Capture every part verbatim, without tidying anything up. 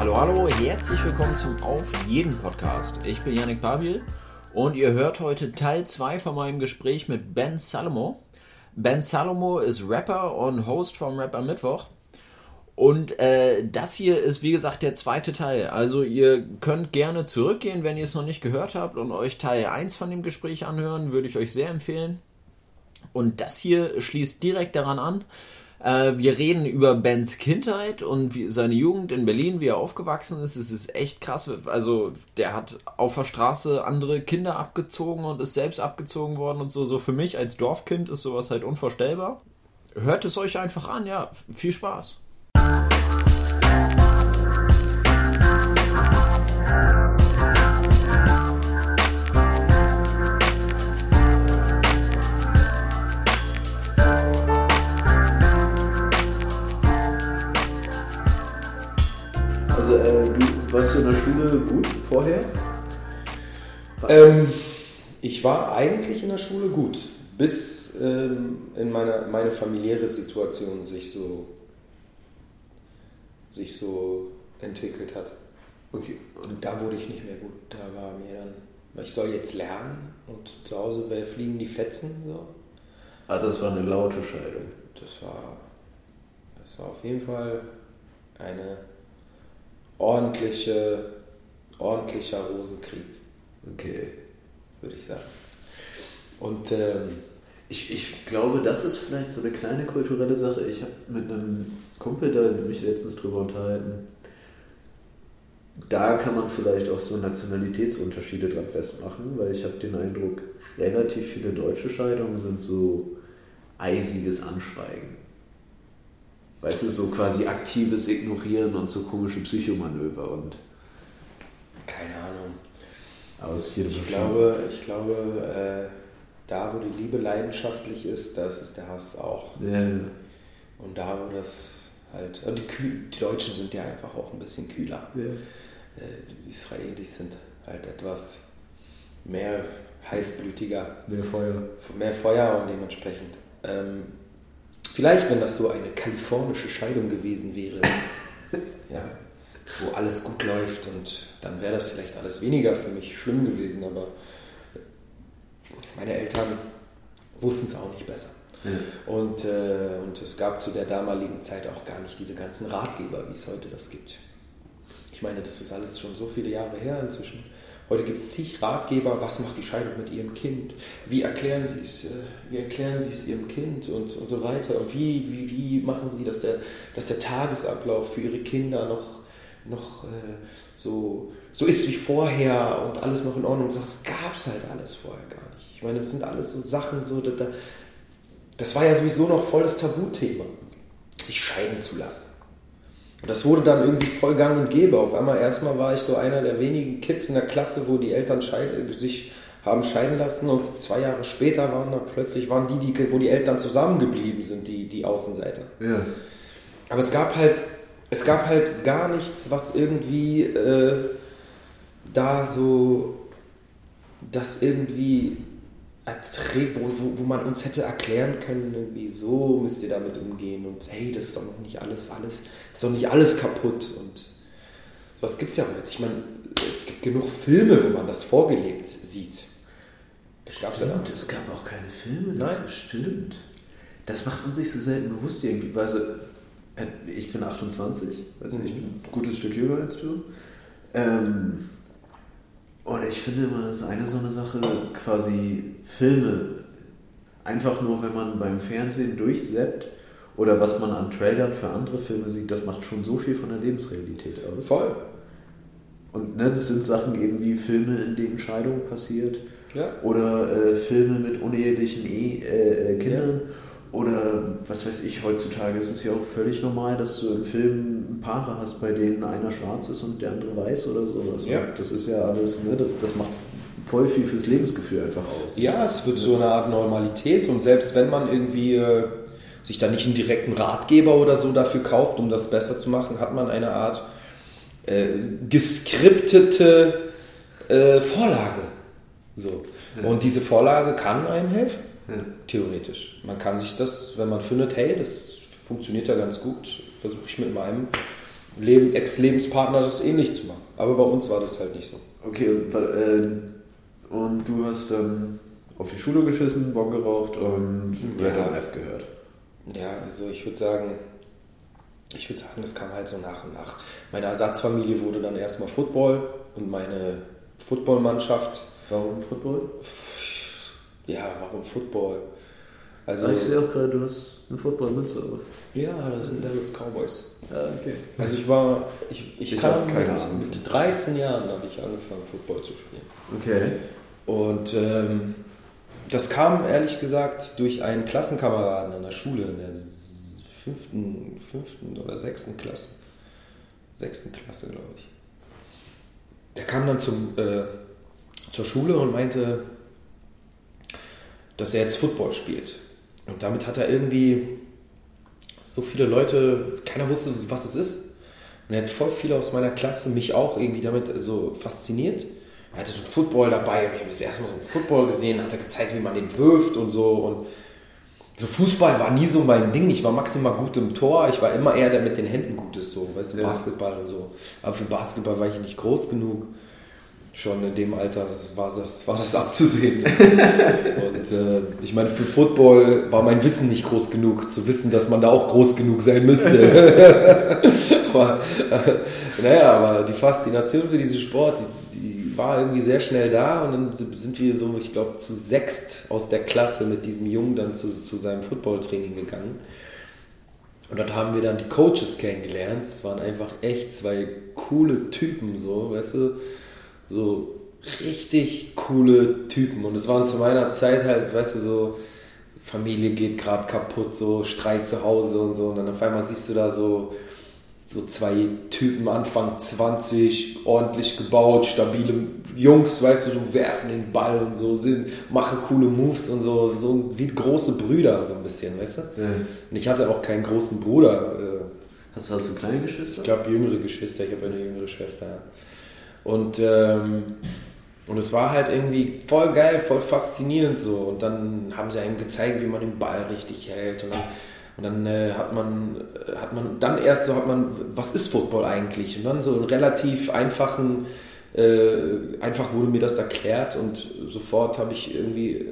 Hallo, hallo, herzlich willkommen zum Auf jeden Podcast. Ich bin Yannick Babil und ihr hört heute Teil zwei von meinem Gespräch mit Ben Salomo. Ben Salomo ist Rapper und Host vom Rap am Mittwoch. Und äh, das hier ist, wie gesagt, der zweite Teil. Also ihr könnt gerne zurückgehen, wenn ihr es noch nicht gehört habt und euch Teil eins von dem Gespräch anhören, würde ich euch sehr empfehlen. Und das hier schließt direkt daran an. Äh, wir reden über Bens Kindheit und wie, seine Jugend in Berlin, wie er aufgewachsen ist. Es ist echt krass. Also der hat auf der Straße andere Kinder abgezogen und ist selbst abgezogen worden und so. So für mich als Dorfkind ist sowas halt unvorstellbar. Hört es euch einfach an, ja. Viel Spaß. Also äh, du warst du in der Schule gut vorher? Ähm, ich war eigentlich in der Schule gut, bis ähm, in meine, meine familiäre Situation sich so, sich so entwickelt hat. Okay. Und da wurde ich nicht mehr gut. Da war mir dann, ich soll jetzt lernen und zu Hause fliegen die Fetzen. So. Ah, das war eine laute Scheidung. Das war, das war auf jeden Fall eine ordentliche, ordentlicher Rosenkrieg. Okay. Würde ich sagen. Und ähm, ich, ich glaube, das ist vielleicht so eine kleine kulturelle Sache. Ich habe mit einem Kumpel da mich letztens drüber unterhalten. Da kann man vielleicht auch so Nationalitätsunterschiede dran festmachen, weil ich habe den Eindruck, relativ viele deutsche Scheidungen sind so eisiges Anschweigen. Weißt du, so quasi aktives Ignorieren und so komische Psychomanöver und... Keine Ahnung. Aus jedem ich glaube, ich glaube äh, da wo die Liebe leidenschaftlich ist, da ist es der Hass auch. Ja, ja. Und da wo das halt... Und die, Kühl, die Deutschen sind ja einfach auch ein bisschen kühler. Ja. Äh, die Israelis sind halt etwas mehr heißblütiger. Mehr Feuer. Mehr Feuer und dementsprechend... Ähm, Vielleicht, wenn das so eine kalifornische Scheidung gewesen wäre, ja, wo alles gut läuft, und dann wäre das vielleicht alles weniger für mich schlimm gewesen, aber meine Eltern wussten es auch nicht besser. Ja. Und, äh, und es gab zu der damaligen Zeit auch gar nicht diese ganzen Ratgeber, wie es heute das gibt. Ich meine, das ist alles schon so viele Jahre her inzwischen. Heute gibt es zig Ratgeber, was macht die Scheidung mit ihrem Kind, wie erklären sie es, wie erklären sie es ihrem Kind und, und so weiter. Und wie, wie, wie machen sie, dass der, dass der Tagesablauf für ihre Kinder noch, noch äh, so, so ist wie vorher und alles noch in Ordnung. Das gab es halt alles vorher gar nicht. Ich meine, das sind alles so Sachen, so, da, das war ja sowieso noch voll das Tabuthema, sich scheiden zu lassen. Und das wurde dann irgendwie voll gang und gäbe. Auf einmal erstmal war ich so einer der wenigen Kids in der Klasse, wo die Eltern scheiden, sich haben scheiden lassen, und zwei Jahre später waren dann plötzlich waren die, die, wo die Eltern zusammengeblieben sind, die, die Außenseiter. Ja. Aber es gab halt, es gab halt gar nichts, was irgendwie äh, da so, das irgendwie erträgt, wo, wo, wo man uns hätte erklären können, irgendwie so müsst ihr damit umgehen und hey, das ist doch noch nicht alles, alles, ist doch nicht alles kaputt, und sowas gibt es ja heute. Ich meine, es gibt genug Filme, wo man das vorgelebt sieht. Das gab es ja damals. Es gab auch keine Filme, Nein. Das stimmt. Das macht man sich so selten bewusst irgendwie, weil so, ich bin achtundzwanzig, also mhm. ich bin ein gutes Stück jünger als du. Ähm, Und ich finde immer, das ist eine so eine Sache, quasi Filme, einfach nur, wenn man beim Fernsehen durchsappt oder was man an Trailern für andere Filme sieht, das macht schon so viel von der Lebensrealität aus. Voll. Und ne, das sind Sachen eben wie Filme, in denen Scheidung passiert, ja. oder äh, Filme mit unehelichen e- äh, Kindern. Ja. Oder was weiß ich, heutzutage ist es ja auch völlig normal, dass du im Film Paare hast, bei denen einer schwarz ist und der andere weiß oder sowas. Ja. Das ist ja alles, ne, das, das macht voll viel fürs Lebensgefühl einfach aus. Ja, es wird so eine Art Normalität, und selbst wenn man irgendwie äh, sich da nicht einen direkten Ratgeber oder so dafür kauft, um das besser zu machen, hat man eine Art äh, geskriptete äh, Vorlage. So. Ja. Und diese Vorlage kann einem helfen. Ja. Theoretisch. Man kann sich das, wenn man findet, hey, das funktioniert ja ganz gut, versuche ich mit meinem Leben, Ex-Lebenspartner das ähnlich zu machen. Aber bei uns war das halt nicht so. Okay, und, äh, und du hast dann auf die Schule geschissen, Bon geraucht und Ja. Red on F gehört. Ja, also ich würde sagen, ich würde sagen, das kam halt so nach und nach. Meine Ersatzfamilie wurde dann erstmal Football und meine Footballmannschaft. Warum Football? Ja, warum Football? Also, Also ich sehe auch gerade, du hast eine Football-Mütze auf. ja, das sind Dallas Cowboys. Ja, okay. Also ich war, ich, ich, Ich kam hab keine mit, Ahnung. mit dreizehn Jahren habe ich angefangen Football zu spielen. Okay. Und ähm, das kam ehrlich gesagt durch einen Klassenkameraden an der Schule in der fünften, fünften oder sechsten Klasse. Sechsten Klasse, glaube ich. Der kam dann zum, äh, zur Schule und meinte, dass er jetzt Football spielt. Und damit hat er irgendwie so viele Leute, keiner wusste, was es ist. Und er hat voll viele aus meiner Klasse, mich auch irgendwie damit so fasziniert. Er hatte so einen Football dabei und ich habe das erste Mal so einen Football gesehen, hat er gezeigt, wie man den wirft und so. Und so Fußball war nie so mein Ding. Ich war maximal gut im Tor. Ich war immer eher der mit den Händen gut ist, so, weißt du, Ja. Basketball und so. Aber für Basketball war ich nicht groß genug. Schon in dem Alter war das, war das abzusehen. Und äh, ich meine, für Football war mein Wissen nicht groß genug, zu wissen, dass man da auch groß genug sein müsste. aber, äh, naja, aber die Faszination für diesen Sport, die, die war irgendwie sehr schnell da. Und dann sind wir so, ich glaube, zu sechst aus der Klasse mit diesem Jungen dann zu, zu seinem Footballtraining gegangen. Und dort haben wir dann die Coaches kennengelernt. Es waren einfach echt zwei coole Typen, so, weißt du, so richtig coole Typen. Und es waren zu meiner Zeit halt, weißt du, so Familie geht gerade kaputt, so Streit zu Hause und so. Und dann auf einmal siehst du da so, so zwei Typen Anfang zwanzig, ordentlich gebaut, stabile Jungs, weißt du, so werfen den Ball und so, sind, machen coole Moves und so, so wie große Brüder so ein bisschen, weißt du. Ja. Und ich hatte auch keinen großen Bruder. Hast du, hast du kleine Geschwister? Ich glaube, jüngere Geschwister. Ich habe eine jüngere Schwester. Ja. Und, ähm, und es war halt irgendwie voll geil, voll faszinierend so. Und dann haben sie einem gezeigt, wie man den Ball richtig hält. Und dann, und dann äh, hat man, hat man, dann erst so hat man, was ist Football eigentlich? Und dann so einen relativ einfachen, äh, einfach wurde mir das erklärt und sofort habe ich irgendwie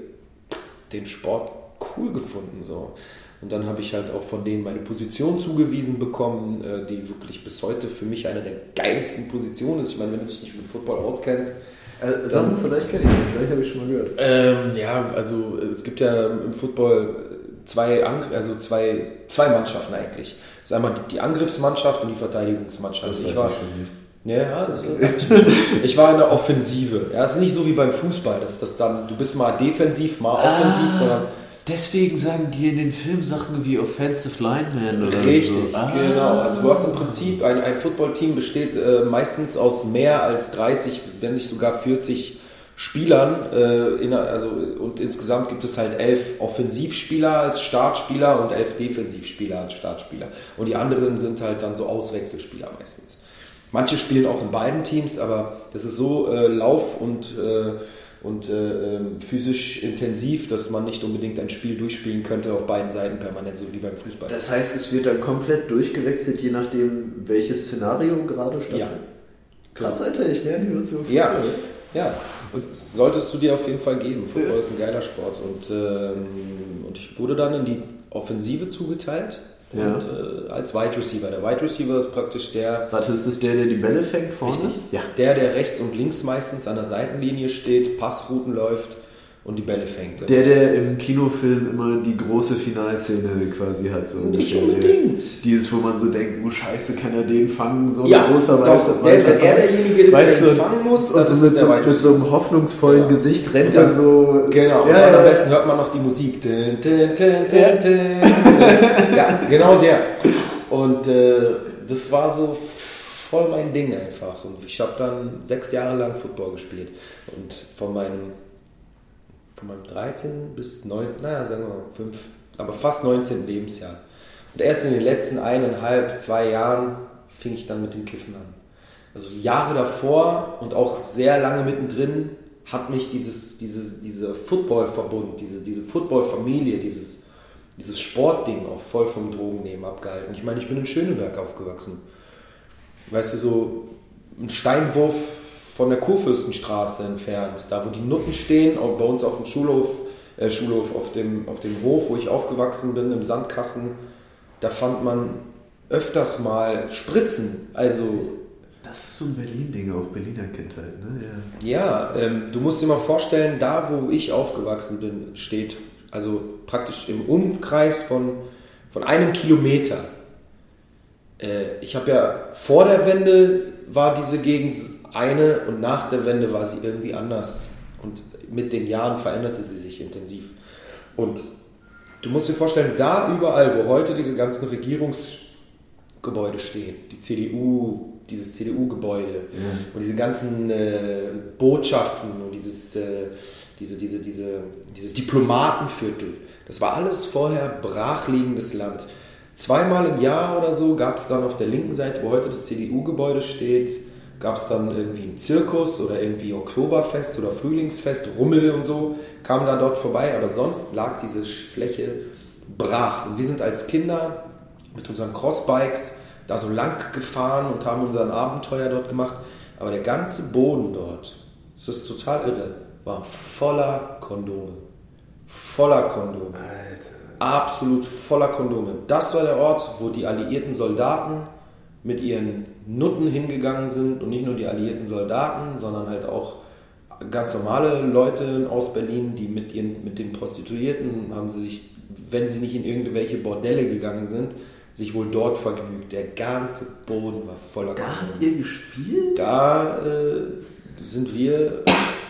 den Sport cool gefunden so. Und dann habe ich halt auch von denen meine Position zugewiesen bekommen, die wirklich bis heute für mich eine der geilsten Positionen ist. Ich meine, wenn du dich nicht mit Football auskennst. Äh, Sachen, vielleicht kenne ich das, vielleicht habe ich schon mal gehört. Ähm, ja, also es gibt ja im Football zwei, also zwei, zwei Mannschaften eigentlich. Das ist einmal die Angriffsmannschaft und die Verteidigungsmannschaft. Das ich weiß war, ich schon nicht. Ja, das dachte ich, mir schon. Ich war in der Offensive. Ja, es ist nicht so wie beim Fußball, dass das dann, du bist mal defensiv, mal offensiv, Ah. sondern Deswegen sagen die in den Filmen Sachen wie Offensive Lineman oder richtig, so. Ah. genau. Also du hast im Prinzip, ein, ein Footballteam besteht äh, meistens aus mehr als dreißig, wenn nicht sogar vierzig Spielern. Äh, in, also, und insgesamt gibt es halt elf Offensivspieler als Startspieler und elf Defensivspieler als Startspieler. Und die anderen sind halt dann so Auswechselspieler meistens. Manche spielen auch in beiden Teams, aber das ist so äh, Lauf- und, äh, und äh, physisch intensiv, dass man nicht unbedingt ein Spiel durchspielen könnte auf beiden Seiten permanent, so wie beim Fußball. Das heißt, es wird dann komplett durchgewechselt, je nachdem, welches Szenario gerade stattfindet? Ja. Krass, Alter, ich lerne hier was über Fußball. Ja, ja. Und solltest du dir auf jeden Fall geben. Football ja. ist ein geiler Sport. Und, ähm, und ich wurde dann in die Offensive zugeteilt. Ja. Und äh, als Wide Receiver. Der Wide Receiver ist praktisch der... Warte, ist das der, der die Bälle fängt vorne? Richtig. Ja. Der, der rechts und links meistens an der Seitenlinie steht, Passrouten läuft und die Bälle fängt. Der, der im Kinofilm immer die große Finalszene quasi hat. So Nicht ungefähr. unbedingt. Dieses, wo man so denkt, oh Scheiße, kann er den fangen? So Ja, ein großer doch, weißer der, wenn er derjenige ist, weißt der ihn du, fangen muss, und das so ist mit, der so, Wide mit so einem Receiver. hoffnungsvollen Ja. Gesicht rennt Und dann- er so. Genau, und Ja, dann am ja. besten hört man noch die Musik. Dun, dun, dun, dun, dun, dun. Ja, genau der. Und äh, das war so voll mein Ding einfach. Und ich habe dann sechs Jahre lang Football gespielt. Und von meinem, von meinem dreizehnten bis neunten, naja, sagen wir mal fünf, aber fast neunzehnten Lebensjahr. Und erst in den letzten eineinhalb, zwei Jahren fing ich dann mit dem Kiffen an. Also Jahre davor und auch sehr lange mittendrin hat mich dieses, dieses, dieser Football-Verbund, diese, diese Football-Familie, dieses, dieses Sportding auch voll vom Drogennehmen abgehalten. Ich meine, ich bin in Schöneberg aufgewachsen. weißt du, so ein Steinwurf von der Kurfürstenstraße entfernt, da wo die Nutten stehen, auch bei uns auf dem Schulhof, äh, Schulhof auf dem, auf dem Hof, wo ich aufgewachsen bin, im Sandkasten, da fand man öfters mal Spritzen, also... Das ist so ein Berlin-Ding, auch Berliner Kindheit, ne? Ja, ja ähm, du musst dir mal vorstellen, da wo ich aufgewachsen bin, steht, also praktisch im Umkreis von, von einem Kilometer. Äh, ich habe ja, vor der Wende war diese Gegend eine und nach der Wende war sie irgendwie anders. Und mit den Jahren veränderte sie sich intensiv. Und du musst dir vorstellen, da überall, wo heute diese ganzen Regierungsgebäude stehen, die C D U, dieses C D U-Gebäude ja. und diese ganzen äh, Botschaften und dieses, äh, diese, diese, diese, dieses Diplomatenviertel, das war alles vorher brachliegendes Land. Zweimal im Jahr oder so gab es dann auf der linken Seite, wo heute das C D U-Gebäude steht, gab es dann irgendwie einen Zirkus oder irgendwie Oktoberfest oder Frühlingsfest, Rummel und so, kamen da dort vorbei, aber sonst lag diese Fläche brach. Und wir sind als Kinder mit unseren Crossbikes da so lang gefahren und haben unseren Abenteuer dort gemacht, aber der ganze Boden dort, das ist total irre, war voller Kondome. Voller Kondome. Alter. Absolut voller Kondome. Das war der Ort, wo die alliierten Soldaten mit ihren Nutten hingegangen sind und nicht nur die alliierten Soldaten, sondern halt auch ganz normale Leute aus Berlin, die mit ihren mit den Prostituierten haben sie sich, wenn sie nicht in irgendwelche Bordelle gegangen sind, sich wohl dort vergnügt. Der ganze Boden war voller Da Kondome. habt ihr gespielt? Da äh, sind wir,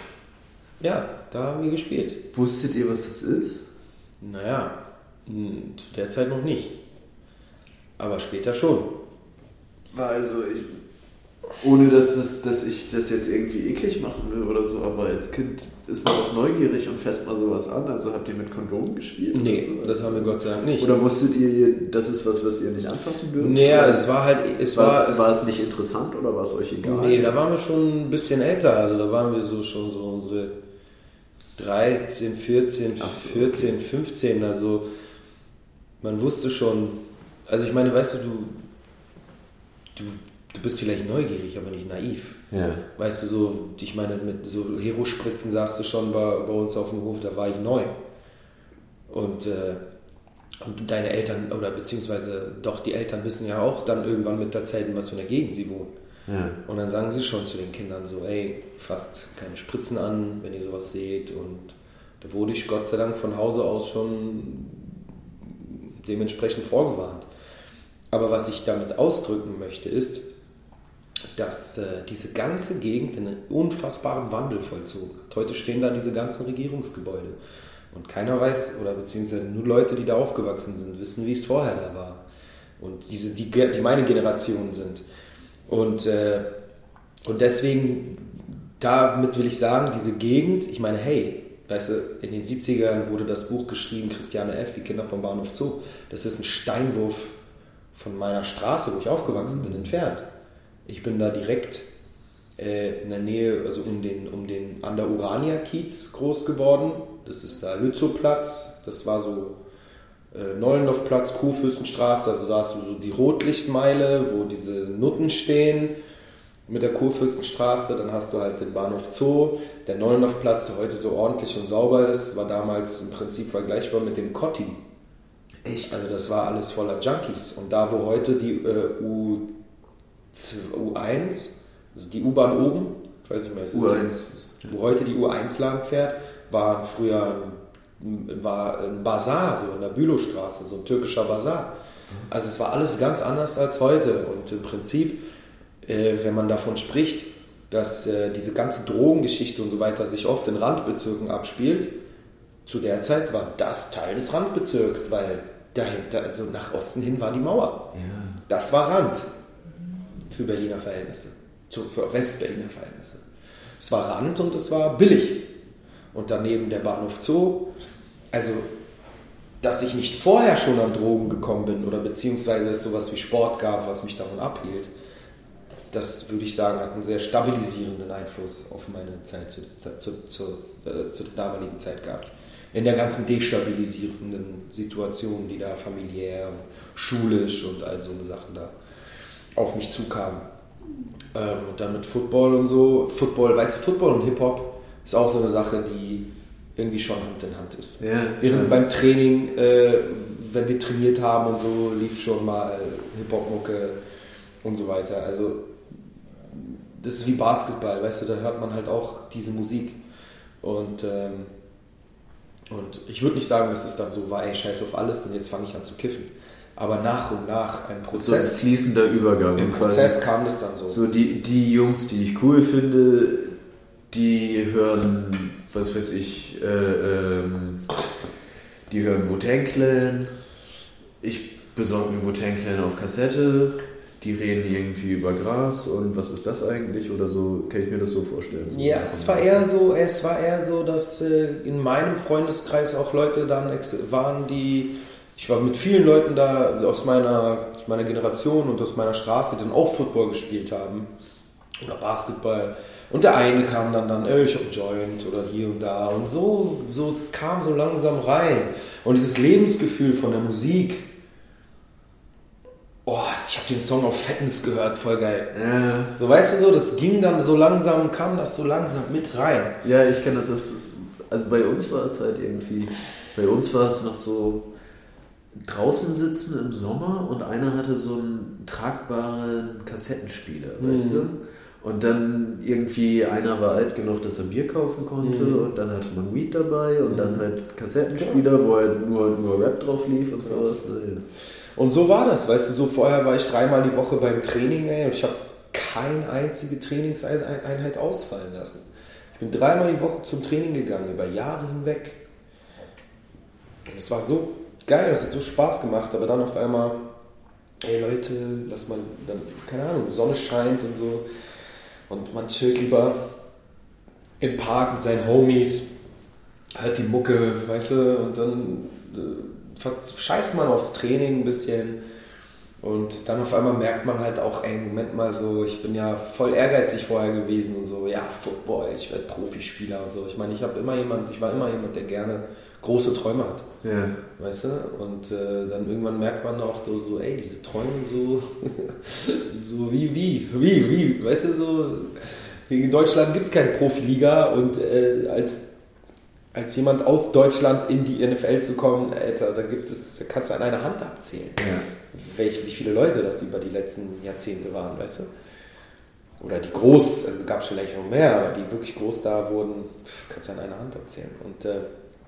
ja, da haben wir gespielt. Wusstet ihr, was das ist? Naja, zu der Zeit noch nicht. Aber später schon. Also, ich, ohne dass, das, dass ich das jetzt irgendwie eklig machen will oder so, aber als Kind ist man doch neugierig und fässt mal sowas an. Also habt ihr mit Kondomen gespielt? Nee, so? das haben wir Gott sei Dank nicht. Oder wusstet ihr, das ist was, was ihr nicht anfassen dürft? Naja, es war halt... Es war, war, es, war es nicht interessant oder war es euch egal? Nee, da waren wir schon ein bisschen älter. Also da waren wir so schon so unsere dreizehn, vierzehn, Ach so, vierzehn, okay. fünfzehn. Also man wusste schon... Also ich meine, weißt du, du... Du, du bist vielleicht neugierig, aber nicht naiv. Ja. Weißt du, so, ich meine, mit so Hero-Spritzen saßt du schon bei, bei uns auf dem Hof, da war ich neun. Und, äh, und deine Eltern, oder beziehungsweise doch die Eltern wissen ja auch dann irgendwann mit der Zeit, in was für einer Gegend sie wohnen. Ja. Und dann sagen sie schon zu den Kindern so, ey, fasst keine Spritzen an, wenn ihr sowas seht. Und da wurde ich Gott sei Dank von Hause aus schon dementsprechend vorgewarnt. Aber was ich damit ausdrücken möchte, ist, dass äh, diese ganze Gegend einen unfassbaren Wandel vollzogen hat. Heute stehen da diese ganzen Regierungsgebäude. Und keiner weiß, oder beziehungsweise nur Leute, die da aufgewachsen sind, wissen, wie es vorher da war. Und diese, die, die meine Generation sind. Und, äh, und deswegen, damit will ich sagen, diese Gegend, ich meine, hey, weißt du, in den siebzigern wurde das Buch geschrieben, Christiane F., wie Kinder vom Bahnhof Zoo. Das ist ein Steinwurf von meiner Straße, wo ich aufgewachsen bin, entfernt. Ich bin da direkt äh, in der Nähe, also um den, um den an der Urania-Kiez groß geworden. Das ist da Lützowplatz, das war so äh, Neulendorfplatz, Kurfürstenstraße, also da hast du so die Rotlichtmeile, wo diese Nutten stehen mit der Kurfürstenstraße. Dann hast du halt den Bahnhof Zoo, der Neulendorfplatz, der heute so ordentlich und sauber ist, war damals im Prinzip vergleichbar mit dem Kotti. Echt? Also das war alles voller Junkies. Und da, wo heute die äh, U, U eins, also die U-Bahn oben, ich weiß nicht mehr, ist U eins. Die, wo heute die U eins lang fährt, war früher ein, war ein Bazar, so in der Bülowstraße, so ein türkischer Bazar. Also es war alles ganz anders als heute. Und im Prinzip, äh, wenn man davon spricht, dass äh, diese ganze Drogengeschichte und so weiter sich oft in Randbezirken abspielt, zu der Zeit war das Teil des Randbezirks, weil dahinter, also nach Osten hin war die Mauer. Ja. Das war Rand für Berliner Verhältnisse, für Westberliner Verhältnisse. Es war Rand und es war billig. Und daneben der Bahnhof Zoo. Also, dass ich nicht vorher schon an Drogen gekommen bin oder beziehungsweise es sowas wie Sport gab, was mich davon abhielt, das würde ich sagen, hat einen sehr stabilisierenden Einfluss auf meine Zeit zu, zu, zu, äh, zu der damaligen Zeit gehabt. In der ganzen destabilisierenden Situation, die da familiär, schulisch und all so eine Sachen da auf mich zukamen. Ähm, und dann mit Football und so. Football, weißt du, Football und Hip-Hop ist auch so eine Sache, die irgendwie schon Hand in Hand ist. Ja, Während ja. beim Training, äh, wenn wir trainiert haben und so, lief schon mal Hip-Hop-Mucke und so weiter. Also das ist wie Basketball, weißt du, da hört man halt auch diese Musik. Und, ähm, und ich würde nicht sagen, dass es dann so war, ey, scheiß auf alles und jetzt fange ich an zu kiffen. Aber nach und nach ein Prozess. So ein fließender Übergang. Im Prozess kam das dann so. So die, die Jungs, die ich cool finde, die hören, was weiß ich, äh, ähm, die hören Wu-Tang Clan. Ich besorge mir Wu-Tang Clan auf Kassette. Die reden irgendwie über Gras und was ist das eigentlich? Oder so, kann ich mir das so vorstellen? So ja, es war eher so, es war eher so, dass äh, in meinem Freundeskreis auch Leute dann ex- waren, die, ich war mit vielen Leuten da aus meiner, aus meiner Generation und aus meiner Straße, die dann auch Football gespielt haben oder Basketball. Und der eine kam dann dann, ey, ich hab einen Joint oder hier und da. Und so, so, es kam so langsam rein. Und dieses Lebensgefühl von der Musik, oh, ich habe den Song auf Fettens gehört, voll geil. Ja. So, weißt du so, das ging dann so langsam, kam das so langsam mit rein. Ja, ich kenne das. das ist, also bei uns war es halt irgendwie, bei uns war es noch so draußen sitzen im Sommer und einer hatte so einen tragbaren Kassettenspieler, mhm. weißt du? Und dann irgendwie, einer war alt genug, dass er Bier kaufen konnte mhm. und dann hatte man Weed dabei und mhm. dann halt Kassettenspieler, ja. wo halt nur, nur Rap drauf lief und ja. sowas. Ne? Und so war das, weißt du, so vorher war ich dreimal die Woche beim Training, ey, und ich habe keine einzige Trainingseinheit ausfallen lassen. Ich bin dreimal die Woche zum Training gegangen, über Jahre hinweg. Und es war so geil, es hat so Spaß gemacht, aber dann auf einmal, ey Leute, lass mal, dann, keine Ahnung, die Sonne scheint und so. Und man chillt lieber im Park mit seinen Homies, hört die Mucke, weißt du, und dann äh, scheißt man aufs Training ein bisschen. Und dann auf einmal merkt man halt auch, ey, Moment mal so, ich bin ja voll ehrgeizig vorher gewesen und so, ja, Football, ich werde Profispieler und so. Ich meine, ich habe immer jemand, ich war immer jemand, der gerne große Träume hat. Ja. Weißt du? Und äh, dann irgendwann merkt man auch so, so ey, diese Träume so, so wie, wie, wie, wie, weißt du, so, in Deutschland gibt es keine Profiliga und äh, als, als jemand aus Deutschland in die N F L zu kommen, Alter, da gibt es, da kannst du an einer Hand abzählen. Ja. Welche, wie viele Leute das über die letzten Jahrzehnte waren, weißt du? Oder die groß, also gab es vielleicht noch mehr, aber die wirklich groß da wurden, kannst du an einer Hand erzählen. Und äh,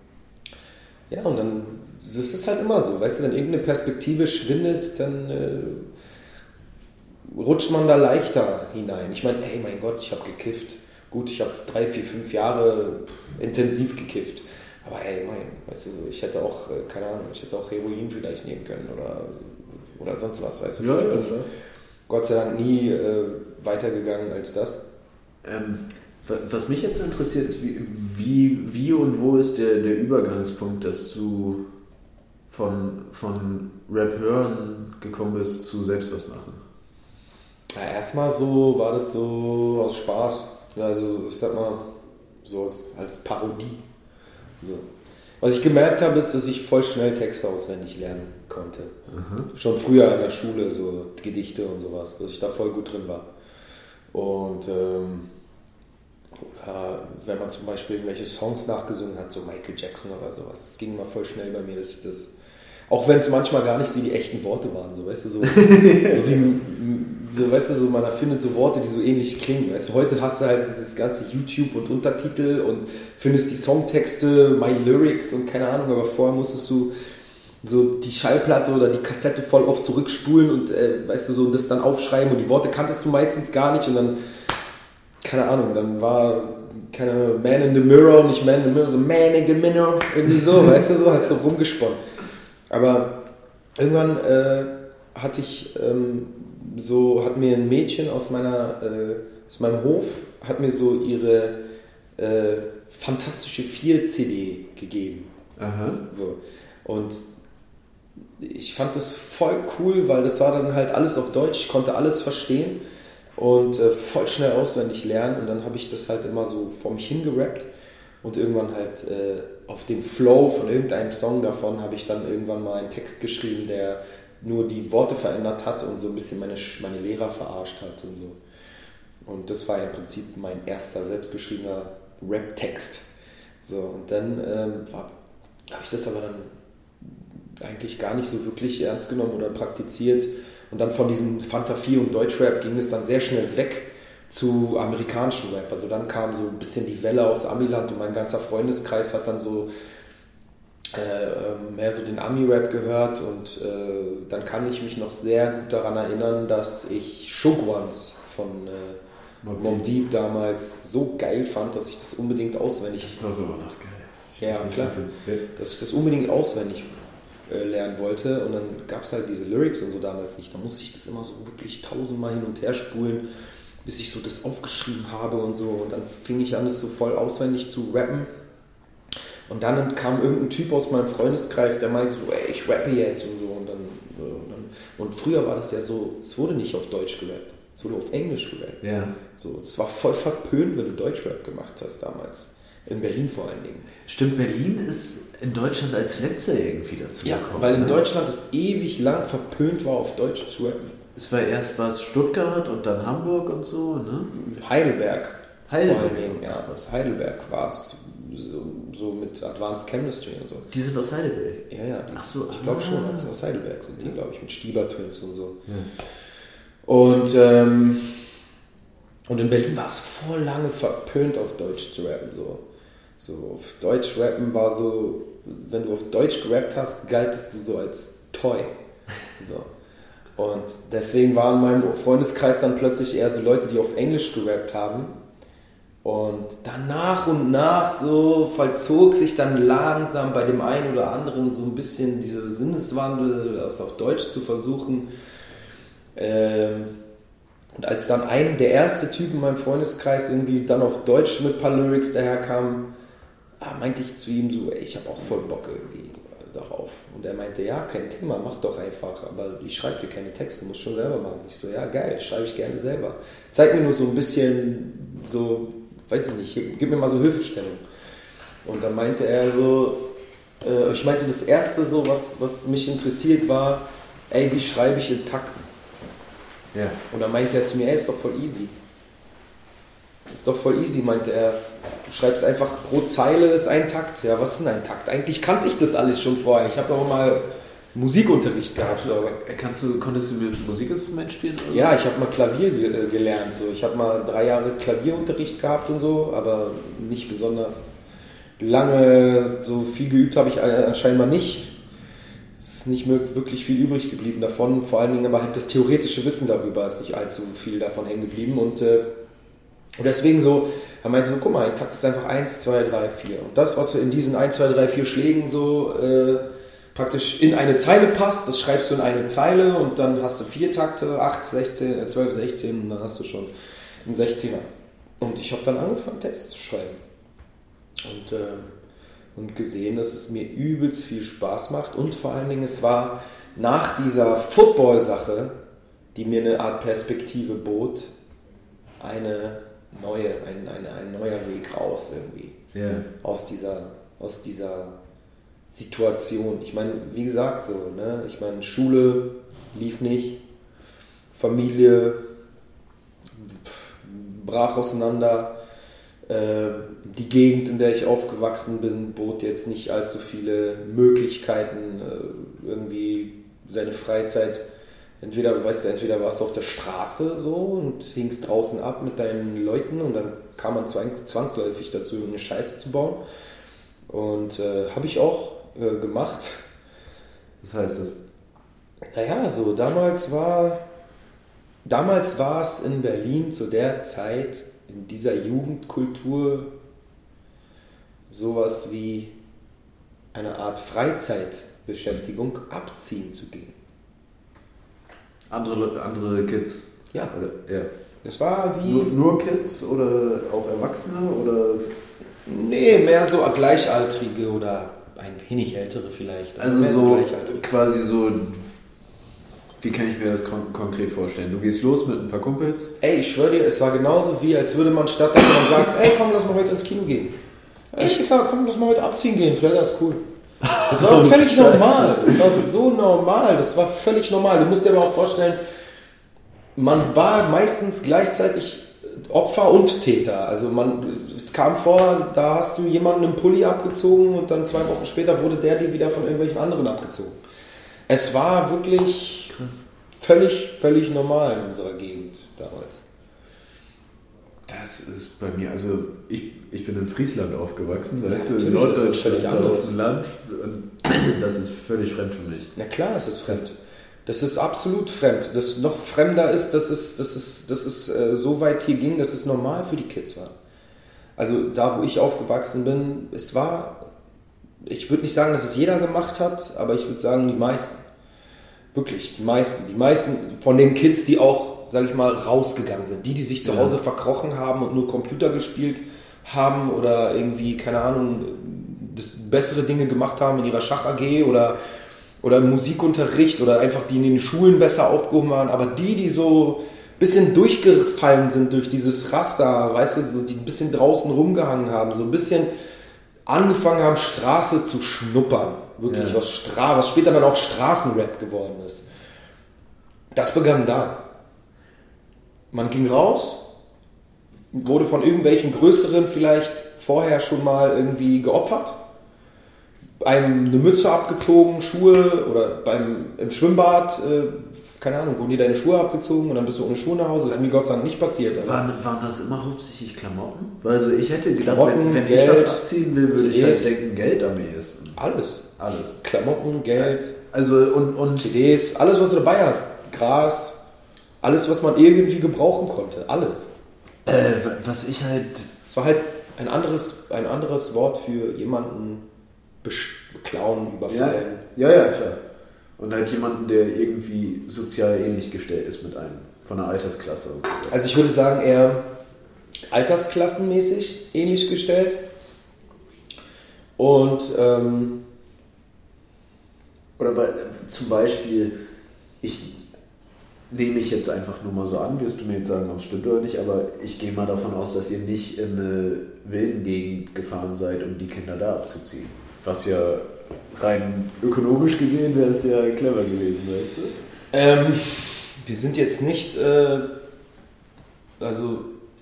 ja, und dann, das ist halt immer so, weißt du, wenn irgendeine Perspektive schwindet, dann äh, rutscht man da leichter hinein. Ich meine, ey, mein Gott, ich habe gekifft. Gut, ich habe drei, vier, fünf Jahre intensiv gekifft. Aber ey, mein, weißt du so, ich hätte auch, keine Ahnung, ich hätte auch Heroin vielleicht nehmen können oder, oder sonst was, weißt du. Ja, ich bin ja, ja. Gott sei Dank nie äh, weitergegangen als das. Ähm, was mich jetzt interessiert, ist, wie, wie, wie und wo ist der, der Übergangspunkt, dass du von, von Rap hören gekommen bist zu selbst was machen? Ja, erstmal so war das so aus Spaß. Also ich sag mal, so als, als Parodie. So. Was ich gemerkt habe, ist, dass ich voll schnell Texte auswendig lernen konnte. Mhm. Schon früher in der Schule, so Gedichte und sowas, dass ich da voll gut drin war. Und ähm, oder wenn man zum Beispiel irgendwelche Songs nachgesungen hat, so Michael Jackson oder sowas, das ging immer voll schnell bei mir, dass ich das, auch wenn es manchmal gar nicht so die echten Worte waren, so weißt du, so, so wie, so, weißt du, so man erfindet so Worte, die so ähnlich klingen, weißt du, heute hast du halt dieses ganze YouTube und Untertitel und findest die Songtexte, My Lyrics und keine Ahnung, aber vorher musstest du so die Schallplatte oder die Kassette voll oft zurückspulen und äh, weißt du, so das dann aufschreiben und die Worte kanntest du meistens gar nicht und dann, keine Ahnung, dann war keine Man in the Mirror, nicht Man in the Mirror, so Man in the Mirror, irgendwie so, weißt du, so hast du rumgesponnen. Aber irgendwann äh, hatte ich ähm, so, hat mir ein Mädchen aus meiner, äh, aus meinem Hof, hat mir so ihre äh, Fantastische vier C D gegeben. Aha. So. Und ich fand das voll cool, weil das war dann halt alles auf Deutsch, ich konnte alles verstehen und äh, voll schnell auswendig lernen und dann habe ich das halt immer so vor mich hingerappt und irgendwann halt äh, auf dem Flow von irgendeinem Song davon habe ich dann irgendwann mal einen Text geschrieben, der nur die Worte verändert hat und so ein bisschen meine, meine Lehrer verarscht hat und so. Und das war ja im Prinzip mein erster selbstgeschriebener Rap-Text. So, und dann ähm, habe ich das aber dann eigentlich gar nicht so wirklich ernst genommen oder praktiziert. Und dann von diesem Fanta vier und Deutschrap ging es dann sehr schnell weg zu amerikanischen Rap. Also dann kam so ein bisschen die Welle aus Amiland und mein ganzer Freundeskreis hat dann so äh, mehr so den Ami-Rap gehört und äh, dann kann ich mich noch sehr gut daran erinnern, dass ich Shook Ones von äh, Mobb Deep damals so geil fand, dass ich das unbedingt auswendig... Das war immer noch geil. Ich ja, klar. Dass ich das unbedingt auswendig äh, lernen wollte und dann gab es halt diese Lyrics und so damals nicht. Da musste ich das immer so wirklich tausendmal hin und her spulen, bis ich so das aufgeschrieben habe und so. Und dann fing ich an, das so voll auswendig zu rappen. Und dann kam irgendein Typ aus meinem Freundeskreis, der meinte so, ey, ich rappe jetzt und so. Und, dann, und, dann, und früher war das ja so, es wurde nicht auf Deutsch gerappt, es wurde auf Englisch gerappt. Ja. So, das war voll verpönt, wenn du Deutschrap gemacht hast damals. In Berlin vor allen Dingen. Stimmt, Berlin ist in Deutschland als letzter irgendwie dazu ja, gekommen. weil in ne? Deutschland es ewig lang verpönt war, auf Deutsch zu rappen. Es war erst was Stuttgart und dann Hamburg und so, ne? Heidelberg. Heidelberg. Vor allen Dingen, ja. Heidelberg war es. So, so mit Advanced Chemistry und so. Die sind aus Heidelberg? Ja, ja. Die, Ach so, ich glaube ah. schon, also aus Heidelberg sind die, glaube ich, mit Stieber Twins und so. Ja. Und, ähm, und in Berlin war es voll lange verpönt, auf Deutsch zu rappen. So, so auf Deutsch rappen war so, wenn du auf Deutsch gerappt hast, galtest du so als Toy. So. Und deswegen waren in meinem Freundeskreis dann plötzlich eher so Leute, die auf Englisch gerappt haben. Und dann nach und nach so vollzog sich dann langsam bei dem einen oder anderen so ein bisschen dieser Sinneswandel, das auf Deutsch zu versuchen. Ähm, und als dann ein, der erste Typ in meinem Freundeskreis irgendwie dann auf Deutsch mit ein paar Lyrics daherkam, meinte ich zu ihm so, ey, ich habe auch voll Bock irgendwie darauf. Und er meinte, ja, kein Thema, mach doch einfach, aber ich schreibe dir keine Texte, musst schon selber machen. Ich so, ja, geil, schreibe ich gerne selber. Zeig mir nur so ein bisschen so, weiß ich nicht, gib mir mal so Hilfestellung. Und dann meinte er so, äh, ich meinte, das Erste so, was, was mich interessiert war, ey, wie schreibe ich in Takten? Ja. Und dann meinte er zu mir, ey, ist doch voll easy. Ist doch voll easy, meinte er. Du schreibst einfach pro Zeile ist ein Takt. Ja, was ist denn ein Takt? Eigentlich kannte ich das alles schon vorher. Ich habe auch mal Musikunterricht gehabt. So. Kannst du, konntest du mit Musikinstrument spielen? Oder? Ja, ich habe mal Klavier ge- gelernt. So. Ich habe mal drei Jahre Klavierunterricht gehabt und so, aber nicht besonders lange. So viel geübt habe ich anscheinend mal nicht. Es ist nicht wirklich viel übrig geblieben davon. Vor allen Dingen aber halt das theoretische Wissen darüber ist nicht allzu viel davon hängen geblieben. Und, äh, und deswegen so, er meinte so, guck mal, ein Takt ist einfach eins, zwei, drei, vier. Und das, was in diesen eins, zwei, drei, vier Schlägen so äh, praktisch in eine Zeile passt, das schreibst du in eine Zeile und dann hast du vier Takte, acht, sechzehn, äh, zwölf, sechzehn und dann hast du schon einen sechzehner. Und ich habe dann angefangen, Texte zu schreiben. Und, äh, und gesehen, dass es mir übelst viel Spaß macht. Und vor allen Dingen, es war nach dieser Football-Sache, die mir eine Art Perspektive bot, eine neue, ein, ein, ein neuer Weg raus irgendwie. Ja. Aus dieser, aus dieser Situation. Ich meine, wie gesagt, so, ne? Ich meine, Schule lief nicht, Familie pff, brach auseinander, äh, die Gegend, in der ich aufgewachsen bin, bot jetzt nicht allzu viele Möglichkeiten, äh, irgendwie seine Freizeit. Entweder, weißt du, entweder warst du auf der Straße so und hingst draußen ab mit deinen Leuten und dann kam man zwang, zwangsläufig dazu, eine Scheiße zu bauen. Und äh, habe ich auch äh, gemacht. Was heißt das? Naja, so damals war, damals war es in Berlin zu der Zeit, in dieser Jugendkultur, sowas wie eine Art Freizeitbeschäftigung abziehen zu gehen. Andere, andere Kids? Ja. Oder, ja. Das war wie... Nur, nur Kids oder auch Erwachsene? Oder? Nee, mehr so Gleichaltrige oder ein wenig Ältere vielleicht. Also mehr so Gleichaltrige. quasi so... Wie kann ich mir das kon- konkret vorstellen? Du gehst los mit ein paar Kumpels? Ey, ich schwöre dir, es war genauso wie, als würde man statt, dass man sagt, ey, komm, lass mal heute ins Kino gehen. Ey, Digga, komm, lass mal heute abziehen gehen, das wäre das cool. Das war völlig normal. Das war so normal. Das war völlig normal. Du musst dir aber auch vorstellen, man war meistens gleichzeitig Opfer und Täter. Also man, es kam vor, da hast du jemanden im Pulli abgezogen und dann zwei Wochen später wurde der dir wieder von irgendwelchen anderen abgezogen. Es war wirklich Krass. völlig, völlig normal in unserer Gegend damals. Das ist bei mir, also ich, ich bin in Friesland aufgewachsen, ja, weißt du, in Norddeutschland, auf dem Land, und das ist völlig fremd für mich. Na klar, es ist fremd. Das ist absolut fremd. Das noch fremder ist, dass es, dass es, dass es äh, so weit hier ging, dass es normal für die Kids war. Also da, wo ich aufgewachsen bin, es war, ich würde nicht sagen, dass es jeder gemacht hat, aber ich würde sagen, die meisten. Wirklich, die meisten. Die meisten von den Kids, die auch, sage ich mal, rausgegangen sind. Die, die sich zu Hause verkrochen haben und nur Computer gespielt haben oder irgendwie, keine Ahnung, das bessere Dinge gemacht haben in ihrer Schach-A G oder oder im Musikunterricht oder einfach die in den Schulen besser aufgehoben waren, aber die, die so ein bisschen durchgefallen sind durch dieses Raster, weißt du, so die ein bisschen draußen rumgehangen haben, so ein bisschen angefangen haben, Straße zu schnuppern, wirklich, ja. was, Stra- was später dann auch Straßenrap geworden ist. Das begann da. Man ging raus, wurde von irgendwelchen Größeren vielleicht vorher schon mal irgendwie geopfert, einem eine Mütze abgezogen, Schuhe oder beim im Schwimmbad, äh, keine Ahnung, wurden dir deine Schuhe abgezogen und dann bist du ohne Schuhe nach Hause. Das ist mir Gott sei Dank nicht passiert. Waren, waren das immer hauptsächlich Klamotten? Weil also ich hätte gedacht, Klamotten, wenn, wenn Geld, ich was abziehen will, würde ich halt denken, Geld am ehesten. Alles. Alles. Klamotten, Geld, also und, und C Ds, alles was du dabei hast. Gras, alles was man irgendwie gebrauchen konnte. Alles. Äh, was ich halt... Es war halt ein anderes, ein anderes Wort für jemanden beklauen, überfallen. Ja, ja, ja, klar. Und halt jemanden, der irgendwie sozial ähnlich gestellt ist mit einem, von einer Altersklasse. Und so. Also ich würde sagen, eher altersklassenmäßig ähnlich gestellt. Und ähm, oder weil zum Beispiel, ich nehme ich jetzt einfach nur mal so an, wirst du mir jetzt sagen, ob es stimmt oder nicht, aber ich gehe mal davon aus, dass ihr nicht in eine Wildengegend gefahren seid, um die Kinder da abzuziehen. Was ja rein ökonomisch gesehen wäre es ja clever gewesen, weißt du? Ähm, wir sind jetzt nicht, äh, also